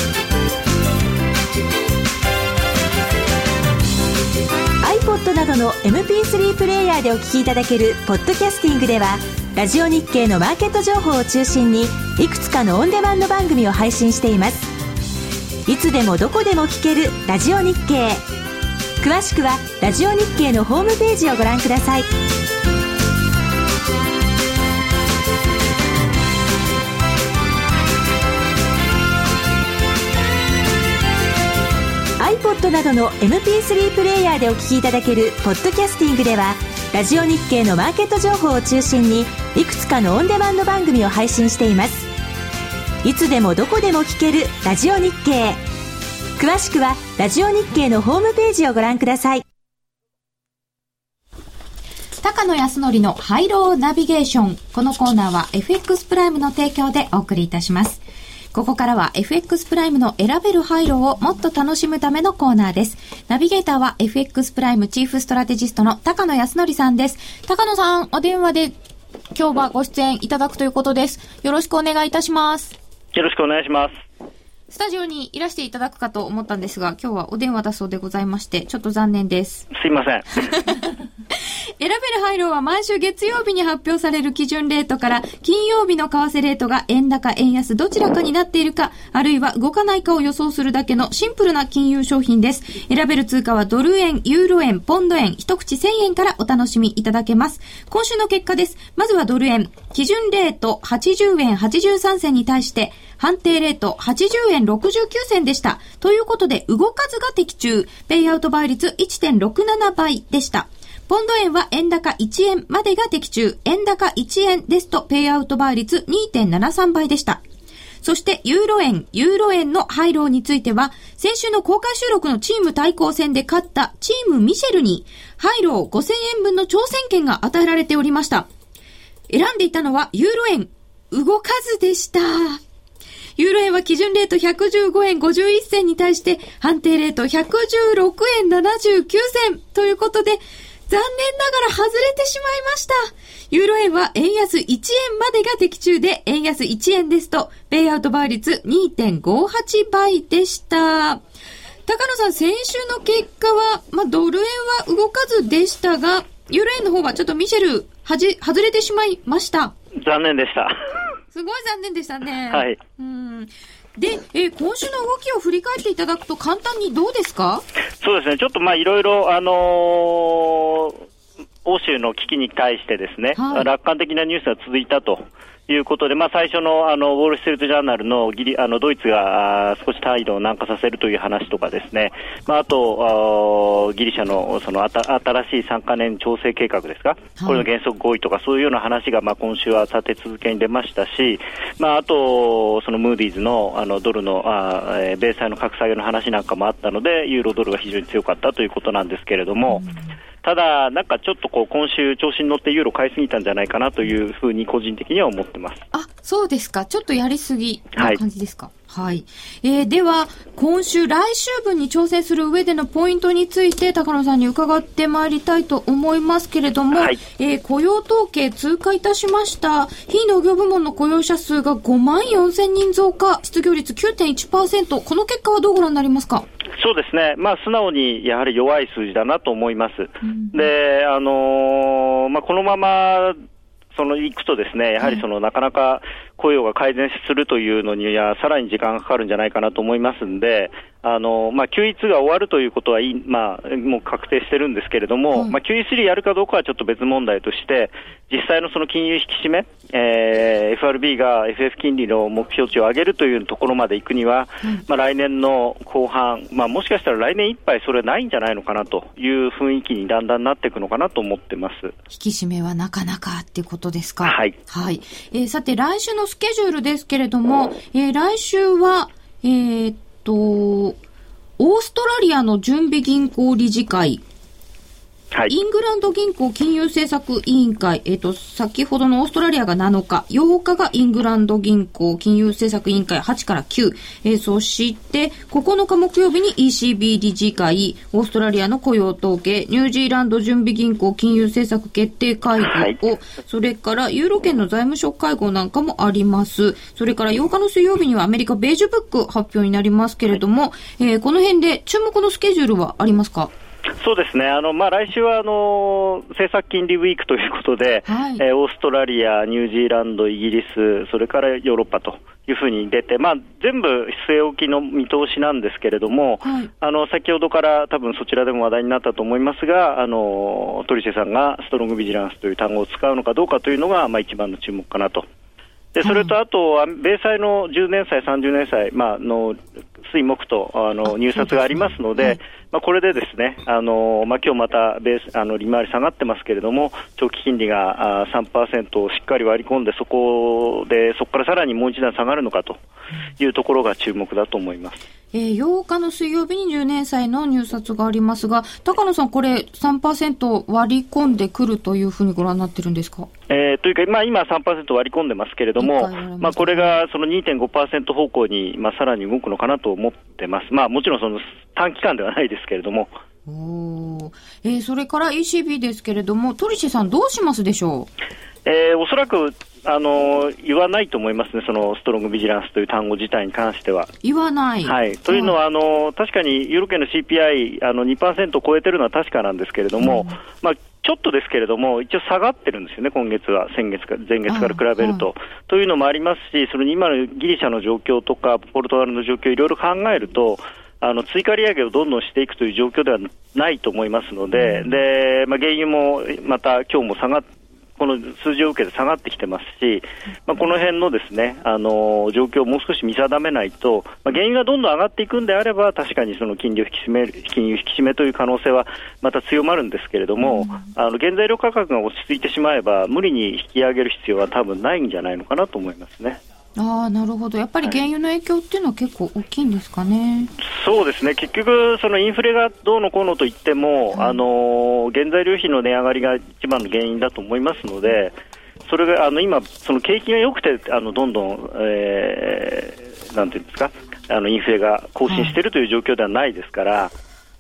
D: る。iPod などのエムピースリー プレイヤーでお聞きいただけるポッドキャスティングでは、ラジオ日経のマーケット情報を中心にいくつかのオンデマンド番組を配信しています。いつでもどこでも聞けるラジオ日経。詳しくはラジオ日経のホームページをご覧ください。iPod などの エムピースリー プレイヤーでお聞きいただけるポッドキャスティングでは、ラジオ日経のマーケット情報を中心にいくつかのオンデマンド番組を配信しています。いつでもどこでも聞けるラジオ日経。詳しくはラジオ日経のホームページをご覧ください。
A: 高野康則のハイローナビゲーション。このコーナーは エフエックス プライムの提供でお送りいたします。ここからは エフエックス プライムの選べる廃炉をもっと楽しむためのコーナーです。ナビゲーターは エフエックス プライムチーフストラテジストの高野康則さんです。高野さん、お電話で今日はご出演いただくということです。よろしくお願いいたします。
E: よろしくお願いします。
A: スタジオにいらしていただくかと思ったんですが、今日はお電話だそうでございまして、ちょっと残念です。
E: すいません。
A: 選べる廃炉は毎週月曜日に発表される基準レートから金曜日の為替レートが円高円安どちらかになっているか、あるいは動かないかを予想するだけのシンプルな金融商品です。選べる通貨はドル円、ユーロ円、ポンド円、一口せんえんからお楽しみいただけます。今週の結果です。まずはドル円、基準レートはちじゅうえんはちじゅうさんせんに対して判定レートはちじゅうえんろくじゅうきゅうせんでした。ということで動かずが的中。ペイアウト倍率 いってんろくなな 倍でした。ポンド円は円高いちえんまでが的中。円高いちえんですとペイアウト倍率 にてんななさん 倍でした。そしてユーロ円、ユーロ円の廃炉については、先週の公開収録のチーム対抗戦で勝ったチームミシェルに廃炉ごせんえんぶんの挑戦権が与えられておりました。選んでいたのはユーロ円、動かずでした。ユーロ円は基準レートひゃくじゅうごえんごじゅういっせんに対して判定レートひゃくじゅうろくえんななじゅうきゅうせんということで、残念ながら外れてしまいました。ユーロ円は円安いちえんまでが的中で、円安いちえんですと、ペイアウト倍率 にてんごはち 倍でした。高野さん、先週の結果は、まあ、ドル円は動かずでしたが、ユーロ円の方はちょっとミシェル、はじ、外れてしまいました。
E: 残念でした。
A: すごい残念でしたね。
E: はい。
A: うんで、えー、今週の動きを振り返っていただくと簡単にどうですか？
E: そうですね、ちょっとまあいろいろ、あのー、欧州の危機に対してですね、はい、楽観的なニュースが続いたということで、まあ最初のあの、ウォールストリートジャーナルのギリ、あの、ドイツが少し態度を軟化させるという話とかですね、まああと、あギリシャのそのあた新しいさんかねん調整計画ですか、はい、これの原則合意とかそういうような話がまあ今週は立て続けに出ましたし、まああと、そのムーディーズのあのドルの、あえー、米債の格下げの話なんかもあったので、ユーロドルが非常に強かったということなんですけれども、うんただ、なんかちょっとこう今週調子に乗ってユーロ買いすぎたんじゃないかなというふうに個人的には思ってます。
A: あ、そうですか。ちょっとやりすぎな感じですか。はい。はい、えー、では、今週来週分に調整する上でのポイントについて高野さんに伺ってまいりたいと思いますけれども、はい、えー、雇用統計通過いたしました。非農業部門の雇用者数がごまんよんせんにん増加、失業率 きゅうてんいちパーセント。この結果はどうご覧になりますか？
E: そうですね、まあ、素直にやはり弱い数字だなと思います。うん、で、あのーまあ、このままその行くとですね、やはりその、はい、なかなか雇用が改善するというのにはさらに時間がかかるんじゃないかなと思いますんで、あのまあ、キューイーツー が終わるということはいい、まあ、もう確定してるんですけれども、はいまあ、キューイースリー やるかどうかはちょっと別問題として、実際のその金融引き締め、えー、エフアールビー が エフエフ 金利の目標値を上げるというところまで行くには、はいまあ、来年の後半、まあ、もしかしたら来年いっぱいそれないんじゃないのかなという雰囲気にだんだんなっていくのかなと思ってます。
A: 引き締めはなかなかっていうことですか。
E: はい。
A: はい。えー、さて来週のスケジュールですけれども、えー、来週は、えー、っと、オーストラリアの準備銀行理事会、はい、イングランド銀行金融政策委員会、えっと、先ほどのオーストラリアがなのか、ようかがイングランド銀行金融政策委員会はちからきゅう、えー、そしてここのか木曜日に イーシービー 理事会、オーストラリアの雇用統計、ニュージーランド準備銀行金融政策決定会合を、はい、それからユーロ圏の財務省会合なんかもあります。それからようかの水曜日にはアメリカベージュブック発表になりますけれども、はいえー、この辺で注目のスケジュールはありますか？
E: そうですね。あの、まあ、来週は、あの、政策金利ウィークということで、はい、えー、オーストラリア、ニュージーランド、イギリス、それからヨーロッパというふうに出て、まあ、全部据え置きの見通しなんですけれども、はい、あの、先ほどから多分そちらでも話題になったと思いますが、あの、トリシェさんがストロングビジランスという単語を使うのかどうかというのが、まあ、一番の注目かなと。で、それとあとは、米債のじゅうねん債、さんじゅうねん債、まあ、の、水木とあの入札がありますので、で、ね、はい、まあ、これでですね、あの、まあ、今日またベースあの利回り下がってますけれども、長期金利があ さんパーセント をしっかり割り込んで、そこでそこからさらにもう一段下がるのかというところが注目だと思います。
A: えー、ようかの水曜日にじゅうねん債の入札がありますが、高野さん、これ さんパーセント 割り込んでくるというふうにご覧になってるんですか？
E: えー、というか、まあ、今 さんパーセント 割り込んでますけれども、まあ、これがその にてんごパーセント 方向に、まあ、さらに動くのかなと思ってます。まあ、もちろんその短期間ではないですけれども。
A: おー、えー、それから イーシービー ですけれども、トリシェさんどうしますでしょう？
E: えー、おそらくあの言わないと思いますね、そのストロングビジランスという単語自体に関しては。
A: 言わない、
E: はい、というのは、あの確かにユーロ圏の シーピーアイ あの にパーセント を超えてるのは確かなんですけれども、うん、まあ、ちょっとですけれども、一応下がってるんですよね、今月は、先月か前月から比べると。というのもありますし、その今のギリシャの状況とか、ポルトガルの状況、いろいろ考えると、あの追加利上げをどんどんしていくという状況ではないと思いますので、うん、でまあ、原油もまた今日も下がって、この数字を受けて下がってきてますし、まあ、この辺のですね、あのー、状況をもう少し見定めないと、まあ、原油がどんどん上がっていくんであれば、確かにその金利を引き締める、金融引き締めという可能性はまた強まるんですけれども、うん、あの原材料価格が落ち着いてしまえば、無理に引き上げる必要は多分ないんじゃないのかなと思いますね。
A: ああ、なるほど。やっぱり原油の影響っていうのは結構大きいんですかね。
E: はい、そうですね。結局、そのインフレがどうのこうのと言っても、はい、あの原材料費の値上がりが一番の原因だと思いますので、それがあの今、その景気が良くてあのどんどん、えー、なんていうんですか、あのインフレが更新しているという状況ではないですから。はい、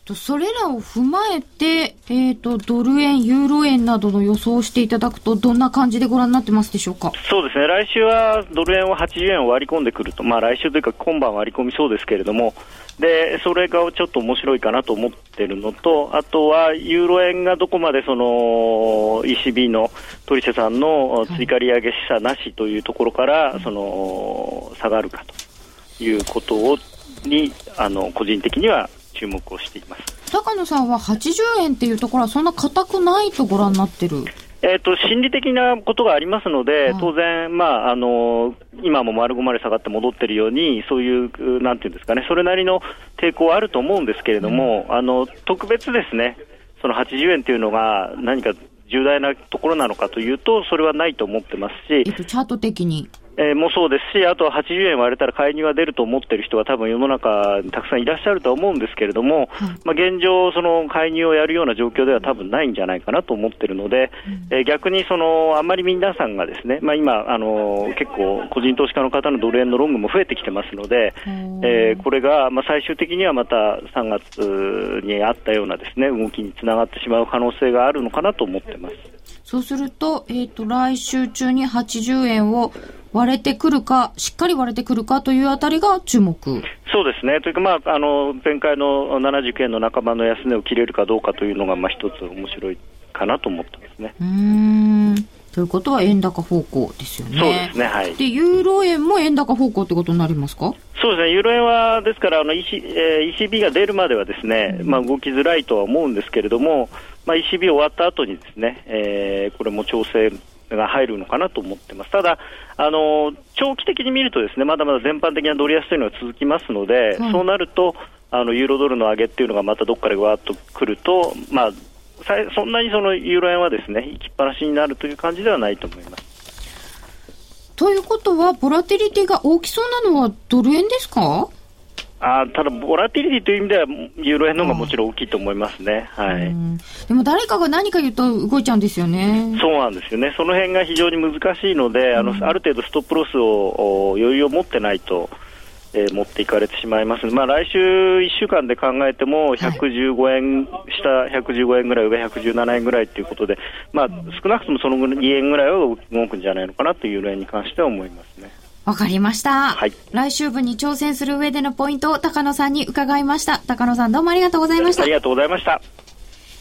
A: それらを踏まえて、えーと、ドル円、ユーロ円などの予想をしていただくと、どんな感じでご覧になってますでしょうか？
E: そうですね、来週はドル円ははちじゅうえんを割り込んでくると、まあ、来週というか今晩割り込みそうですけれども、でそれがちょっと面白いかなと思っているのと、あとはユーロ円がどこまでその イーシービー のトリシェさんの追加利上げ示唆なしというところから、はい、その下がるかということをにあの個人的には注目をしています。
A: 高野さんははちじゅうえんっていうところはそんな硬くないとご覧になってる？
E: えーと、心理的なことがありますので、当然、まあ、あの今も丸ごまで下がって戻っているように、そういうなんていうんですかね、それなりの抵抗はあると思うんですけれども、うん、あの特別ですね、そのはちじゅうえんというのが何か重大なところなのかというと、それはないと思ってますし、
A: えっと、チャート的に
E: えー、もそうですし、あとははちじゅうえん割れたら介入が出ると思っている人は多分世の中にたくさんいらっしゃるとは思うんですけれども、はい、まあ、現状その介入をやるような状況では多分ないんじゃないかなと思っているので、うん、えー、逆にそのあんまり皆さんがですね、まあ、今あの結構個人投資家の方のドル円のロングも増えてきてますので、えー、これがまあ最終的にはまたさんがつにあったようなですね動きにつながってしまう可能性があるのかなと思ってます。
A: そうすると、えーと、来週中にはちじゅうえんを割れてくるか、しっかり割れてくるかというあたりが注目。
E: そうですね。というか、まあ、あの前回のななじゅうきゅうえんの半ばの安値を切れるかどうかというのが、まあ、一つ面白いかなと思ってますね。
A: うーん。ということは円高方向ですよね。
E: そうですね。はい。
A: で、ユーロ円も円高方向ってことになりますか？
E: そうですね。ユーロ円はですからあの イーシー、えー、イーシービー が出るまではですね、まあ、動きづらいとは思うんですけれども、まあ、イーシービー 終わった後にですね、えー、これも調整が入るのかなと思ってます。ただ、あの長期的に見るとですね、まだまだ全般的なドル安というのが続きますので、はい、そうなるとあのユーロドルの上げっていうのがまたどっかでわーっと来ると、まあ、そんなにそのユーロ円はですね行きっぱなしになるという感じではないと思います。
A: ということはボラティリティが大きそうなのはドル円ですか？
E: あ、ただボラティリティという意味ではユーロ円の方がもちろん大きいと思いますね。はい。
A: でも誰かが何か言うと動いちゃうんですよね。
E: そうなんですよね。その辺が非常に難しいので、あのある程度ストップロスを余裕を持ってないと、えー、持っていかれてしまいます。まあ、来週いっしゅうかんで考えてもひゃくじゅうごえん、はい、下ひゃくじゅうごえんぐらい、上ひゃくじゅうななえんぐらいということで、まあ、少なくともそのにえんぐらいは動くんじゃないのかなというユーロ円に関しては思いますね。
A: わかりました、
E: はい、
A: 来週分に挑戦する上でのポイントを高野さんに伺いました。高野さんどうもありがとうございました。
E: ありがとうございました。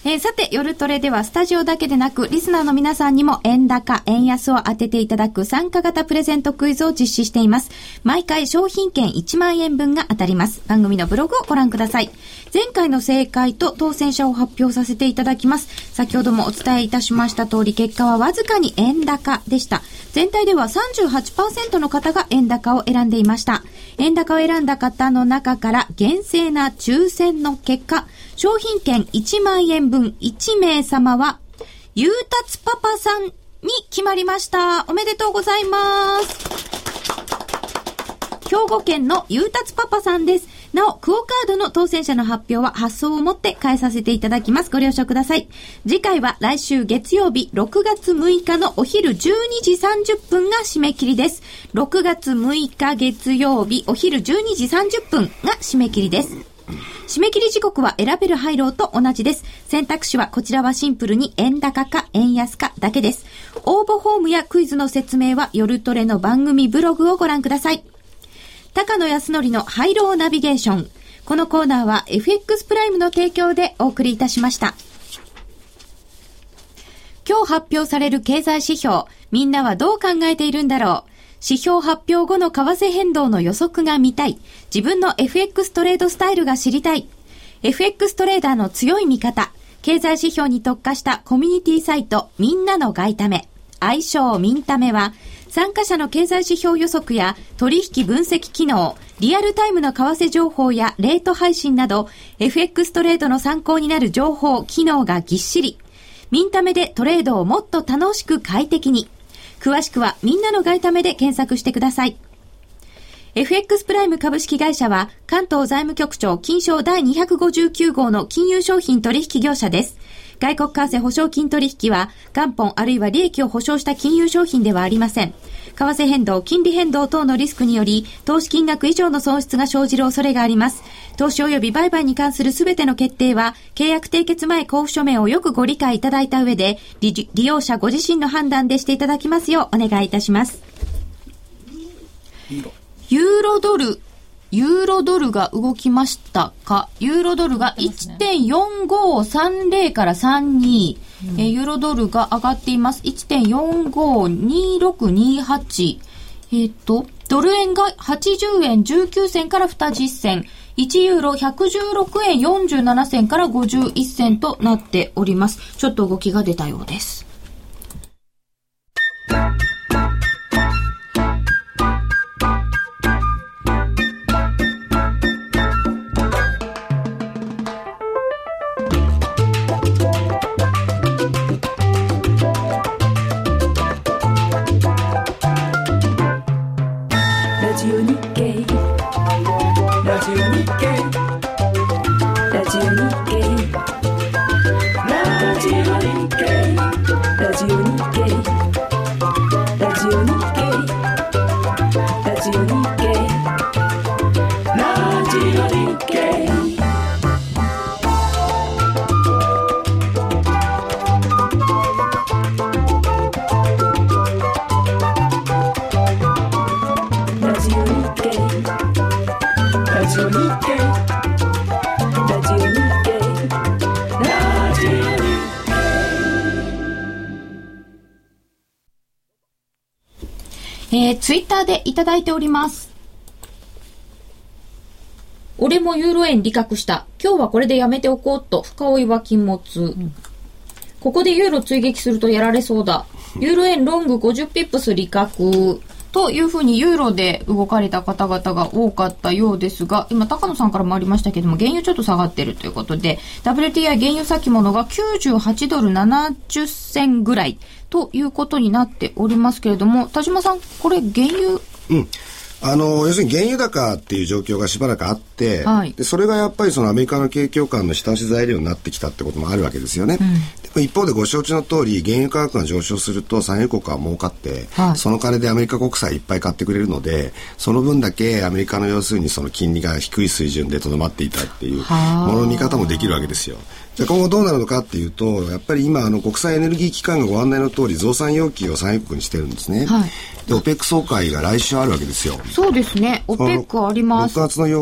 A: えー、さて、夜トレではスタジオだけでなく、リスナーの皆さんにも円高、円安を当てていただく参加型プレゼントクイズを実施しています。毎回商品券いちまんえんぶんが当たります。番組のブログをご覧ください。前回の正解と当選者を発表させていただきます。先ほどもお伝えいたしました通り、結果はわずかに円高でした。全体では さんじゅうはちパーセント の方が円高を選んでいました。円高を選んだ方の中から厳正な抽選の結果、商品券いちまんえんぶんいちめい様は、ゆうたつパパさんに決まりました。おめでとうございます。兵庫県のゆうたつパパさんです。なお、クオカードの当選者の発表は発送をもって返させていただきます。ご了承ください。次回は来週月曜日ろくがつむいかのお昼じゅうにじさんじゅっぷんが締め切りです。ろくがつむいか月曜日お昼じゅうにじさんじゅっぷんが締め切りです。締め切り時刻は選べる配慮と同じです。選択肢はこちらはシンプルに円高か円安かだけです。応募フォームやクイズの説明は夜トレの番組ブログをご覧ください。高野康則のハイローナビゲーション。このコーナーは エフエックス プライムの提供でお送りいたしました。今日発表される経済指標、みんなはどう考えているんだろう。指標発表後の為替変動の予測が見たい。自分の エフエックス トレードスタイルが知りたい。エフエックス トレーダーの強い味方。経済指標に特化したコミュニティサイト、みんなの外為。愛称ミンタメは、参加者の経済指標予測や取引分析機能、リアルタイムの為替情報やレート配信など、エフエックス トレードの参考になる情報、機能がぎっしり。ミンタメでトレードをもっと楽しく快適に。詳しくはみんなの外為で検索してください。エフエックス プライム株式会社は関東財務局長金賞だいにひゃくごじゅうきゅう号の金融商品取引業者です。外国為替保証金取引は元本あるいは利益を保証した金融商品ではありません。為替変動、金利変動等のリスクにより投資金額以上の損失が生じる恐れがあります。投資及び売買に関するすべての決定は契約締結前交付書面をよくご理解いただいた上で 利, 利用者ご自身の判断でしていただきますようお願いいたします。ユーロドルユーロドルが動きましたか。ユーロドルが いってんよんごさんゼロ からさんじゅうに、うん、えユーロドルが上がっています。 いってんよんごにろくにはち、えっとドル円がはちじゅうえんじゅうきゅうせんからにじゅっせん、いちユーロひゃくじゅうろくえんよんじゅうななせんからごじゅういっせんとなっております。ちょっと動きが出たようです。えー、ツイッターでいただいております。俺もユーロ円利確した。今日はこれでやめておこうと深追いは禁物、うん、ここでユーロ追撃するとやられそうだ。ユーロ円ロングごじゅうピップス利確というふうにユーロで動かれた方々が多かったようですが、今高野さんからもありましたけども原油ちょっと下がってるということで ダブリューティーアイ 原油先物がきゅうじゅうはちドルななじゅっせんぐらいということになっておりますけれども、田島さんこれ原油、
C: うんあの要するに原油高っていう状況がしばらくあって、はい、でそれがやっぱりそのアメリカの景況感の下押し材料になってきたってこともあるわけですよね、うん、でも一方でご承知の通り原油価格が上昇すると産油国は儲かって、はい、その金でアメリカ国債いっぱい買ってくれるのでその分だけアメリカの要するにその金利が低い水準でとどまっていたっていうものの見方もできるわけですよ。じゃあ今後どうなるのかっていうとやっぱり今あの国際エネルギー機関がご案内の通り増産要求を産油国にしてるんですね、はい、でオペック総会が来週あるわけですよ。
A: そうですね、オペックあります。
C: ろくがつのようかの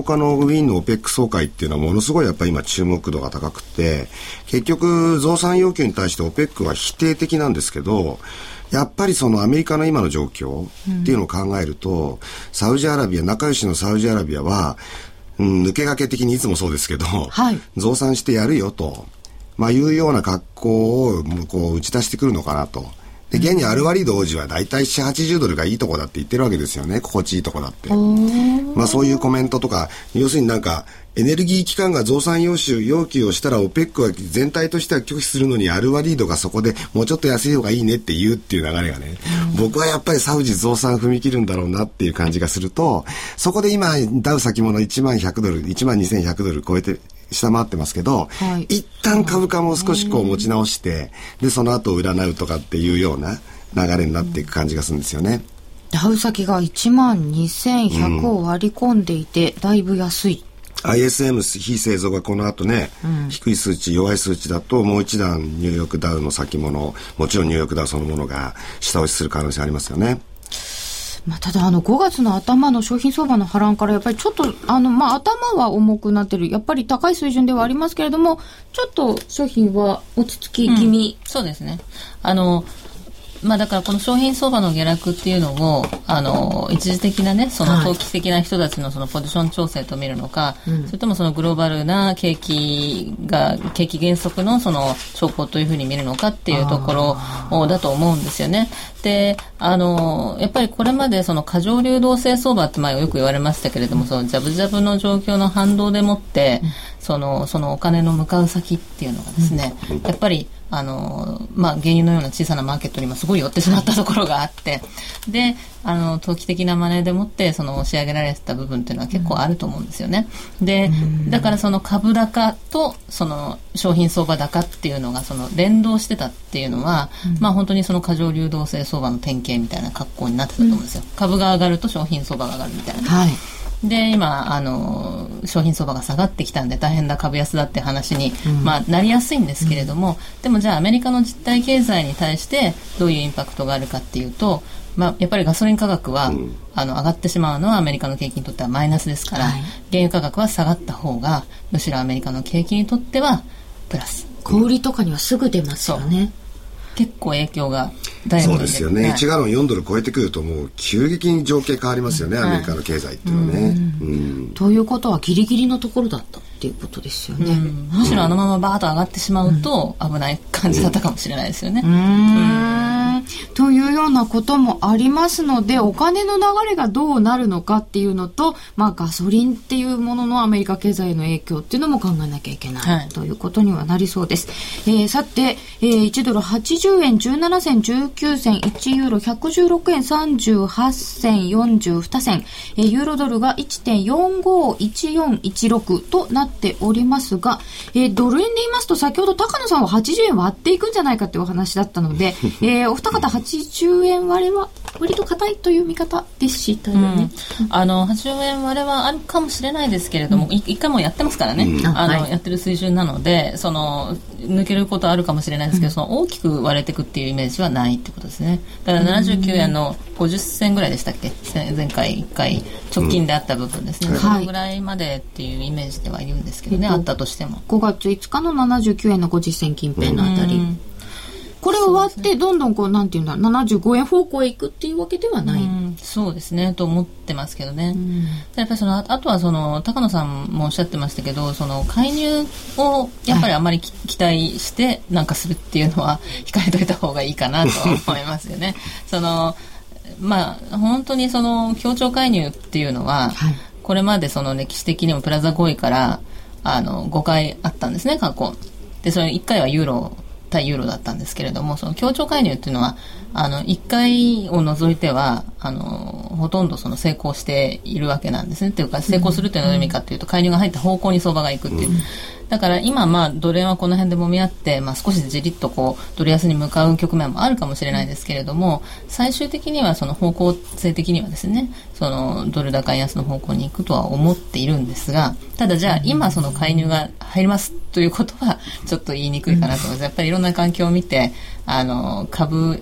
C: グウィーンの オペック 総会っていうのはものすごいやっぱり今注目度が高くて、結局増産要求に対して オペック は否定的なんですけど、やっぱりそのアメリカの今の状況っていうのを考えると、うん、サウジアラビア、仲良しのサウジアラビアは、うん、抜け駆け的にいつもそうですけど、はい、増産してやるよと、まあ、いうような格好をこう打ち出してくるのかなと。で、現にアルワリード王子はだいたいななじゅう、はちじゅうドルがいいとこだって言ってるわけですよね。心地いいとこだって。まあそういうコメントとか、要するになんか、エネルギー機関が増産要求要求をしたら オペック は全体としては拒否するのに、アルワリードがそこでもうちょっと安い方がいいねって言うっていう流れがね、僕はやっぱりサウジ増産踏み切るんだろうなっていう感じがすると、そこで今ダウ先物いちまんひゃくドル、いちまんにせんひゃくドル超えて下回ってますけど、はい、一旦株価も少しこう持ち直して、でその後占うとかっていうような流れになっていく感じがするんですよね。
A: ダウ先がいちまんにせんひゃくを割り込んでいて、うん、だいぶ安い。
C: アイエスエム 非製造がこの後ね、うん、低い数値弱い数値だともう一段ニューヨークダウの先物、もちろんニューヨークダウそのものが下押しする可能性ありますよね。
A: まあ、ただあのごがつの頭の商品相場の波乱からやっぱりちょっとあのまあ頭は重くなってる、やっぱり高い水準ではありますけれども、ちょっと商品は落ち着き気味、
B: うん、そうですね。あのまあ、だからこの商品相場の下落っていうのをあの一時的なね、その投機的な人たちのそのポジション調整と見るのか、はい、それともそのグローバルな景気が景気減速のその兆候というふうに見るのかっていうところだと思うんですよね。で、あのやっぱりこれまでその過剰流動性相場ってまあよく言われましたけれども、そのジャブジャブの状況の反動でもって、うん、そのそのお金の向かう先っていうのがですね、うん、やっぱりあのまあ、原油のような小さなマーケットにもすごい寄ってしまったところがあって、であの投機的なマネーでもってその押し上げられてた部分っていうのは結構あると思うんですよね。でだからその株高とその商品相場高っていうのがその連動してたっていうのは、うん、まあ本当にその過剰流動性相場の典型みたいな格好になってたと思うんですよ、うん、株が上がると商品相場が上がるみたいな、はい。で今あの商品相場が下がってきたんで大変だ株安だって話に、うんまあ、なりやすいんですけれども、うん、でもじゃあアメリカの実体経済に対してどういうインパクトがあるかっていうと、まあ、やっぱりガソリン価格は、うん、あの上がってしまうのはアメリカの景気にとってはマイナスですから、はい、原油価格は下がった方がむしろアメリカの景気にとってはプラス。
A: 小売りとかにはすぐ出ますよね。
B: 結構影響が大
C: そうですよね、はい、いちガロンよんドル超えてくるともう急激に情景変わりますよね、はい、アメリカの経済っていうのはね、うん
A: うん、ということはギリギリのところだったっていうことですよね、うん、
B: むしろあのままバーッと上がってしまうと危ない感じだったかもしれないですよね、
A: うんうん、というようなこともありますので、お金の流れがどうなるのかっていうのと、まあ、ガソリンっていうもののアメリカ経済への影響っていうのも考えなきゃいけない、はい、ということにはなりそうです、えー、さて、えー、いちドルはちじゅうえんじゅうななせんじゅうきゅうせん、いちユーロひゃくじゅうろくえんさんじゅうはっせんよんじゅうにせん、えー、ユーロドルが いちてんよんごいちよんいちろく となっておりますが、えー、ドル円で言いますと先ほど高野さんははちじゅうえん割っていくんじゃないかというお話だったので、えー、お二方はちじゅうえん割れは割と硬いという見方でしたよね、
B: うん、あのはちじゅうえん割れはあるかもしれないですけれども、うん、一回もやってますからね、うん、あの、はい、やってる水準なのでその抜けることはあるかもしれないですけど、うん、その大きく割れていくっていうイメージはないってことですね。だからななじゅうきゅうえんのごじゅっせんぐらいでしたっけ、前回いっかい直近であった部分ですね、うん、そのぐらいまでっていうイメージではいるんですけどね、はい、あったとしても
A: ごがついつかのななじゅうきゅうえんのごじゅっせん近辺のあたり、うん、これを割ってどんどんこうなんていうんだななじゅうごえん方向へ行くっていうわけではない、うん、
B: そうですねと思ってますけどね、うん、やっぱりそのあとはその高野さんもおっしゃってましたけど、その介入をやっぱりあまり、はい、期待してなんかするっていうのは控えといた方がいいかなと思いますよねそのまあ本当にその協調介入っていうのは、はい、これまでその歴史的にもプラザ合意からあのごかいあったんですね、過去で。それいっかいはユーロ対ユーロだったんですけれども、その協調介入っていうのはあのいっかいを除いてはあのほとんどその成功しているわけなんですね。というか成功するというのはどういう意味かというと、介入が入った方向に相場がいくっていう、うん、だから今まあドル円はこの辺で揉み合って、まあ、少しじりっとこうドル安に向かう局面もあるかもしれないですけれども、最終的にはその方向性的にはですね、そのドル高円安の方向に行くとは思っているんですが、ただじゃあ今その介入が入りますということはちょっと言いにくいかなと思います。やっぱりいろんな環境を見てあの株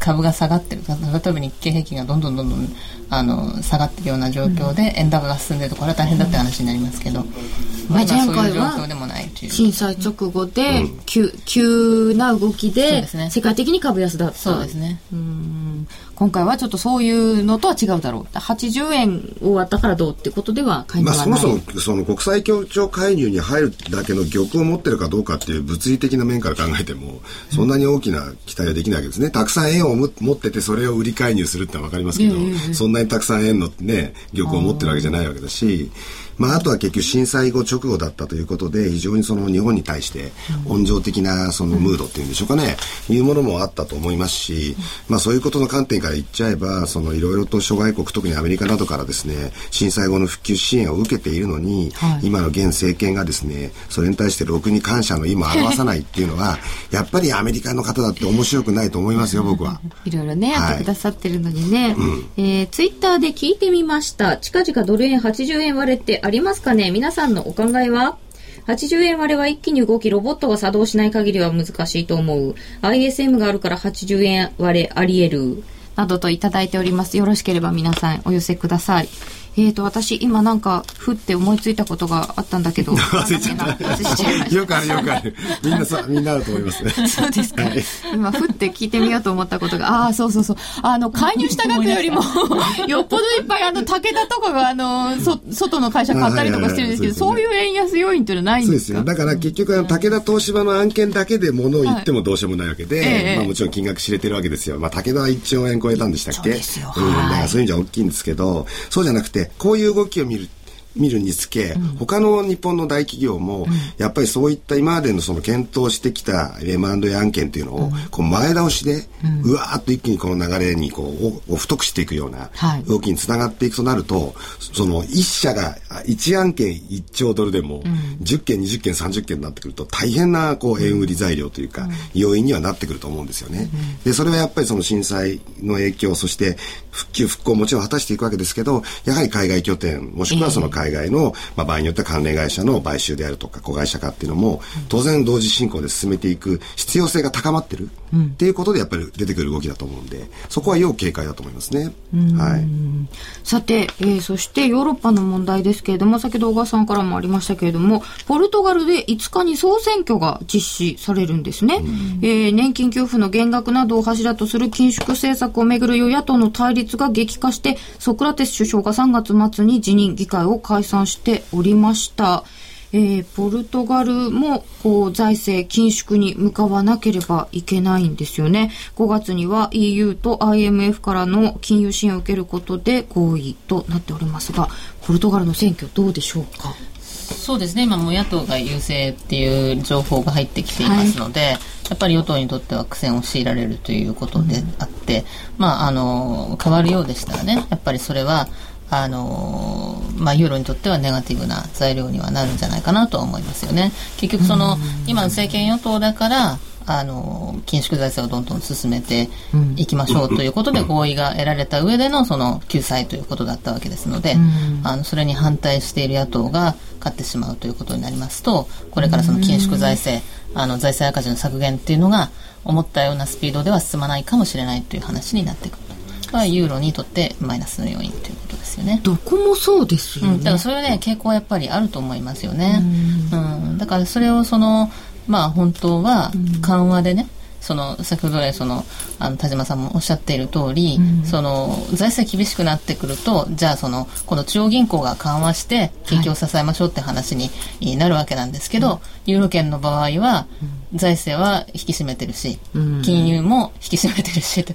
B: 株が下がってる、例えば日経平均がどんどんどんどんあの下がってるような状況で円高が進んでるとこれは大変だって話になりますけど、うんまあ、今そういう状況でもないという、
A: 震災直後で急、うん、急な動きで世界的に株安だった。
B: そうですね。
A: うん今回はちょっとそういうのとは違うだろう。はちじゅうえん終わったからどうってことでは買い物はない。
C: まあ、そもそもその国際協調介入に入るだけの玉を持ってるかどうかっていう物理的な面から考えてもそんなに大きな期待はできないわけですね。たくさん円を持っててそれを売り介入するってのは分かりますけど、そんなにたくさん円のね玉を持ってるわけじゃないわけだし、まあ、あとは結局震災後直後だったということで非常にその日本に対して温情的なそのムードっていうんでしょうかね、うん、いうものもあったと思いますし、まあ、そういうことの観点から言っちゃえばそのいろいろと諸外国特にアメリカなどからですね震災後の復旧支援を受けているのに、はい、今の現政権がですねそれに対してろくに感謝の意も表さないっていうのはやっぱりアメリカの方だって面白くないと思いますよ僕は。
A: いろいろねやってくださってるのにね、うんえー、ツイッターで聞いてみました。近々ドル円はちじゅうえん割れってありますかね。皆さんのお考えは。はちじゅうえん割れは一気に動きロボットが作動しない限りは難しいと思う。 アイエスエム があるからはちじゅうえん割れあり得るなどといただいております。よろしければ皆さんお寄せください。えーと私今なんかふって思いついたことがあったんだけど
C: 忘れちゃったよくあるよくあるみんなさみんなあると思いますね。
A: そうですか、はい、今ふって聞いてみようと思ったことがああそうそうそうあの介入した額よりもよっぽどいっぱいあの武田とかがあのそ外の会社買ったりとかしてるんですけど、そういう円安要因というのはないんですか。
C: そうですよ。だから結局あの武田東芝の案件だけで物を言ってもどうしようもないわけで、はいええまあ、もちろん金額知れてるわけですよ。まあ、武田はいっちょうえん超えたんでしたっけ。そうですよ、うん、だからそういう意味じゃ大きいんですけど、そうじゃなくてこういう動きを見る見るにつけ、うん、他の日本の大企業も、うん、やっぱりそういった今までのその検討してきた エムアンドエー 案件というのを、うん、こう前倒しで、うん、うわーっと一気にこの流れにこう太くしていくような動きにつながっていくとなると、はい、その一社がいち案件いっちょうドルでも、うん、じゅっけんにじゅっけんさんじゅっけんになってくると大変なこう円売り材料というか、うん、要因にはなってくると思うんですよね、うん、でそれはやっぱりその震災の影響そして復旧復興もちろん果たしていくわけですけど、やはり海外拠点もしくはその海外の、えーまあ、場合によっては関連会社の買収であるとか子会社化っていうのも当然同時進行で進めていく必要性が高まってる、うん、っていうことでやっぱり出てくる動きだと思うんで、そこは要警戒だと思いますね。はい、
A: さて、えー、そしてヨーロッパの問題ですけれども、先ほど小川さんからもありましたけれども、ポルトガルでいつかに総選挙が実施されるんですね、えー、年金給付の減額などを柱とする緊縮政策をめぐる与野党の対立が激化して、ソクラテス首相がさんがつ末に辞任、議会を解散しておりました。えー、ポルトガルもこう財政緊縮に向かわなければいけないんですよね。ごがつには イーユー と アイエムエフ からの金融支援を受けることで合意となっておりますが、ポルトガルの選挙どうでしょうか。
B: そうですね、今も野党が優勢っていう情報が入ってきていますので、はい、やっぱり与党にとっては苦戦を強いられるということであって、うん、まああの変わるようでしたらね、やっぱりそれはあのまあ、ユーロにとってはネガティブな材料にはなるんじゃないかなとは思いますよね。結局その今の政権与党だからあの緊縮財政をどんどん進めていきましょうということで合意が得られた上でのその救済ということだったわけですので、あのそれに反対している野党が勝ってしまうということになりますと、これからその緊縮財政あの財政赤字の削減っていうのが思ったようなスピードでは進まないかもしれないという話になってくる。ユーロにとってマイナスの要因ということですよね。
A: どこもそうですよね、
B: うん、だからそれはね傾向はやっぱりあると思いますよね。うん、うん、だからそれをそのまあ本当は緩和でね、その先ほど来そのあの田島さんもおっしゃっている通り、うん、その財政厳しくなってくると、じゃあそのこの中央銀行が緩和して景気を支えましょうって話になるわけなんですけど、はい、ユーロ圏の場合は財政は引き締めてるし、うん、金融も引き締めてるし、うん、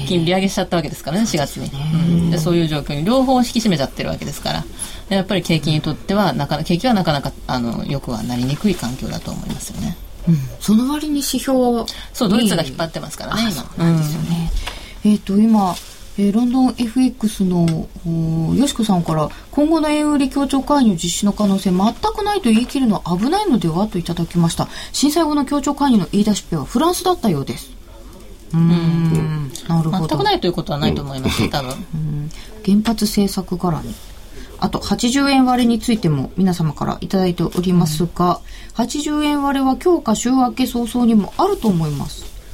B: 金利上げしちゃったわけですからねしがつに、うん、でそういう状況に両方引き締めちゃってるわけですから、やっぱり景気にとってはなかなか景気はなかなかあのよくはなりにくい環境だと思いますよね。
A: うん、その割に指標は
B: そうドイツが引っ張ってますからね今。
A: そうなんですよね、うん、えっ、ー、と今、えー、ロンドン エフエックス のよしこさんから今後の円売り協調介入実施の可能性全くないと言い切るのは危ないのではといただきました。震災後の協調介入の言い出しっぺはフランスだったようです。うーん、うん、なるほど。
B: 全くないということはないと思います、うん、多分、うん、
A: 原発政策絡み、あとはちじゅうえん割れについても皆様からいただいておりますが、うん、はちじゅうえん割れは今日か週明け早々にもあると思います。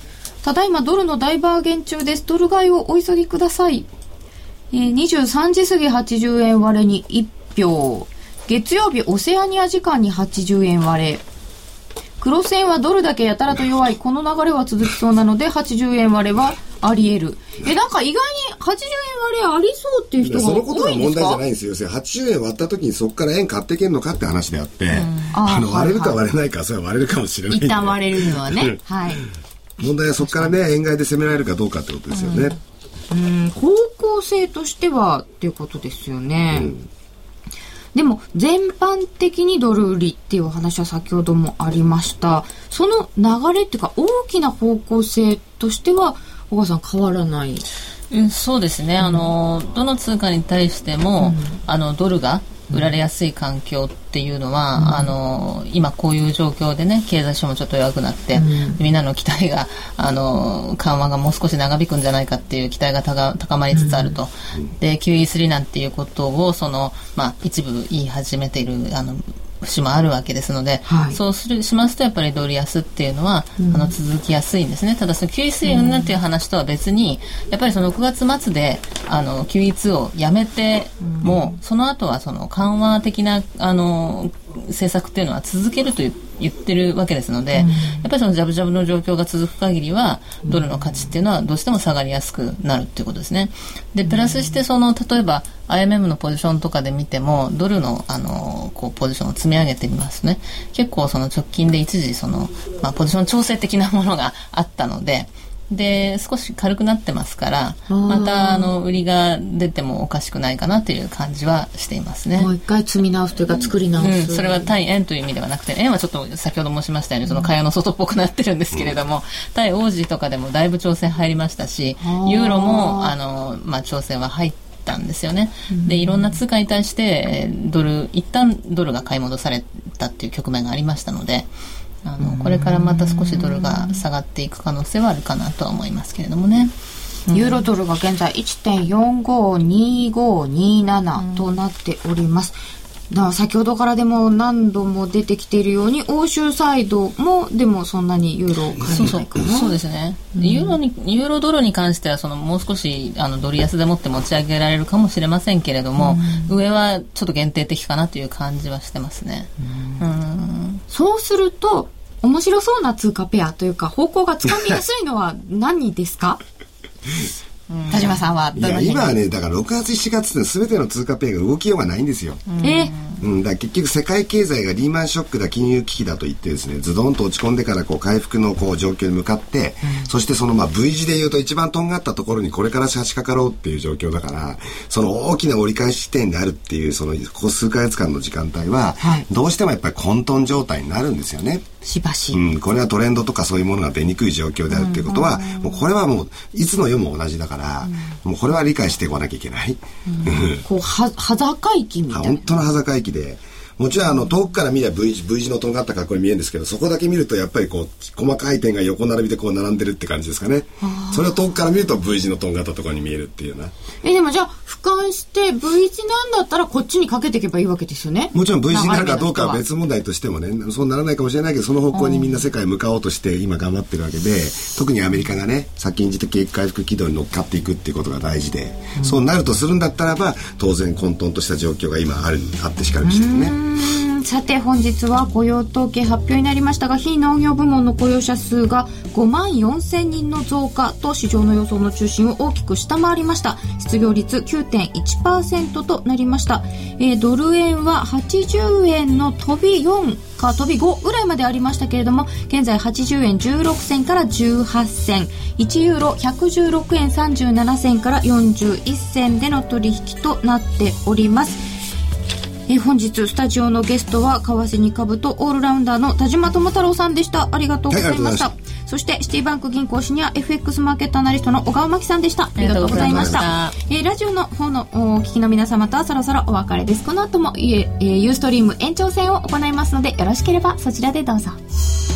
A: ただいまドルの大バーゲン中です。ドル買いをお急ぎください。えー、にじゅうさんじ過ぎはちじゅうえん割れにいっぴょう。月曜日オセアニア時間にはちじゅうえん割れ。黒線はドルだけやたらと弱い。この流れは続きそうなのではちじゅうえん割れはあり得る。え、なんか意外にはちじゅうえん割れありそうっていう人が多いんですか？
C: そのことが問題じゃないんですよ。要するにはちじゅうえん割った時にそこから円買っていけるのかって話であって、うん、ああの割れるか割れないか、はいはい、それは割れるかもしれない。
A: 一旦割れるのはね。はい。
C: 問題はそこからね、円買いで攻められるかどうかってことですよね。
A: うん、うん、方向性としてはっていうことですよね。うん、でも全般的にドル売りっていうお話は先ほどもありました。その流れっていうか大きな方向性としては小川さん変わらない。
B: うん、そうですね、うん、あのどの通貨に対しても、うん、あのドルが売られやすい環境っていうのは、うん、あの今こういう状況でね、経済指標もちょっと弱くなって、うん、みんなの期待があの緩和がもう少し長引くんじゃないかっていう期待が高、高まりつつあると、うん、で キューイースリー なんていうことをその、まあ、一部言い始めているあの節もあるわけですので、はい、そうするしますとやっぱりドル安っていうのは、うん、あの続きやすいんですね。ただその キューイースリー 云々っていう話とは別に、やっぱりそのくがつ末であの キューイーツー をやめても、うん、その後はその緩和的なあの政策っていうのは続けるという言ってるわけですので、うん、やっぱりそのジャブジャブの状況が続く限りはドルの価値っていうのはどうしても下がりやすくなるっていうことですね。でプラスしてその例えば アイエムエム のポジションとかで見てもドルの、あのこうポジションを積み上げてみますね。結構その直近で一時その、まあ、ポジション調整的なものがあったので、で少し軽くなってますから、またあの売りが出てもおかしくないかなという感じはしていますね。
A: もう一回積み直すというか作り直す、
B: うん、それは対円という意味ではなくて、円はちょっと先ほど申しましたようにその蚊帳の外っぽくなってるんですけれども、うん、対オージーとかでもだいぶ調整入りましたし、ユーロもあの、まあ、調整は入ったんですよね。でいろんな通貨に対してドル一旦ドルが買い戻されたっていう局面がありましたので、あのこれからまた少しドルが下がっていく可能性はあるかなとは思いますけれどもね。
A: ユーロドルが現在 いってんよんごにごになな となっております。だから先ほどからでも何度も出てきているように欧州サイドもでもそんなにユーロ買えないかな。
B: そうそうですね、うん、ユーロにユーロドルに関してはそのもう少しあのドル安でもって持ち上げられるかもしれませんけれども、うん、上はちょっと限定的かなという感じはしてますね。うん、うん
A: そうすると面白そうな通貨ペアというか方向がつかみやすいのは何ですか？田島さんはどの辺？
C: いや今はねだからろくがつしちがつって全ての通貨ペアが動きようがないんですよ。
A: え
C: うん、だから結局世界経済がリーマンショックだ金融危機だと言ってですねズドンと落ち込んでからこう回復のこう状況に向かって、うん、そしてそのまあ V 字で言うと一番とんがったところにこれから差し掛かろうっていう状況だから、その大きな折り返し地点であるっていうそのここ数ヶ月間の時間帯は、はい、どうしてもやっぱり混沌状態になるんですよね。
A: しばし、
C: うん、これはトレンドとかそういうものが出にくい状況であるっていうことは、うん、もうこれはもういつの世も同じだから、うん、もうこれは理解していかなきゃいけない、
A: うん、こうは端境期みたいな
C: 本当の端境期で、もちろんあの遠くから見れば V 字、V 字のとんがった格好に見えるんですけど、そこだけ見るとやっぱりこう細かい点が横並びでこう並んでるって感じですかね。それを遠くから見ると V 字のとんがったところに見えるっていうな。
A: えでもじゃあ俯瞰して V 字なんだったらこっちにかけていけばいいわけですよね。
C: もちろん V 字になるかどうかは別問題としてもね、そうならないかもしれないけど、その方向にみんな世界向かおうとして今頑張ってるわけで、特にアメリカがね先んじて景気回復軌道に乗っかっていくっていうことが大事で、うん、そうなるとするんだったらば当然混沌とした状況が今あるあってしかるべきですね。
A: さて本日は雇用統計発表になりましたが、非農業部門の雇用者数がごまんよんせんにんの増加と市場の予想の中心を大きく下回りました。失業率 きゅうてんいちパーセント となりました。えー、ドル円ははちじゅうえんの飛びよんか飛びごぐらいまでありましたけれども、現在はちじゅうえんじゅうろくせんからじゅうはっせん、いちユーロひゃくじゅうろくえんさんじゅうななせんからよんじゅういっせんでの取引となっております。え本日スタジオのゲストは為替に株とオールラウンダーの田島智太郎さんでした。ありがとうございました。はい、そしてシティバンク銀行シニア エフエックス マーケットアナリストの小川真紀さんでした。ありがとうございました。えー、ラジオの方のお聞きの皆様とはそろそろお別れです。この後も、えー、ユーストリーム延長戦を行いますのでよろしければそちらでどうぞ。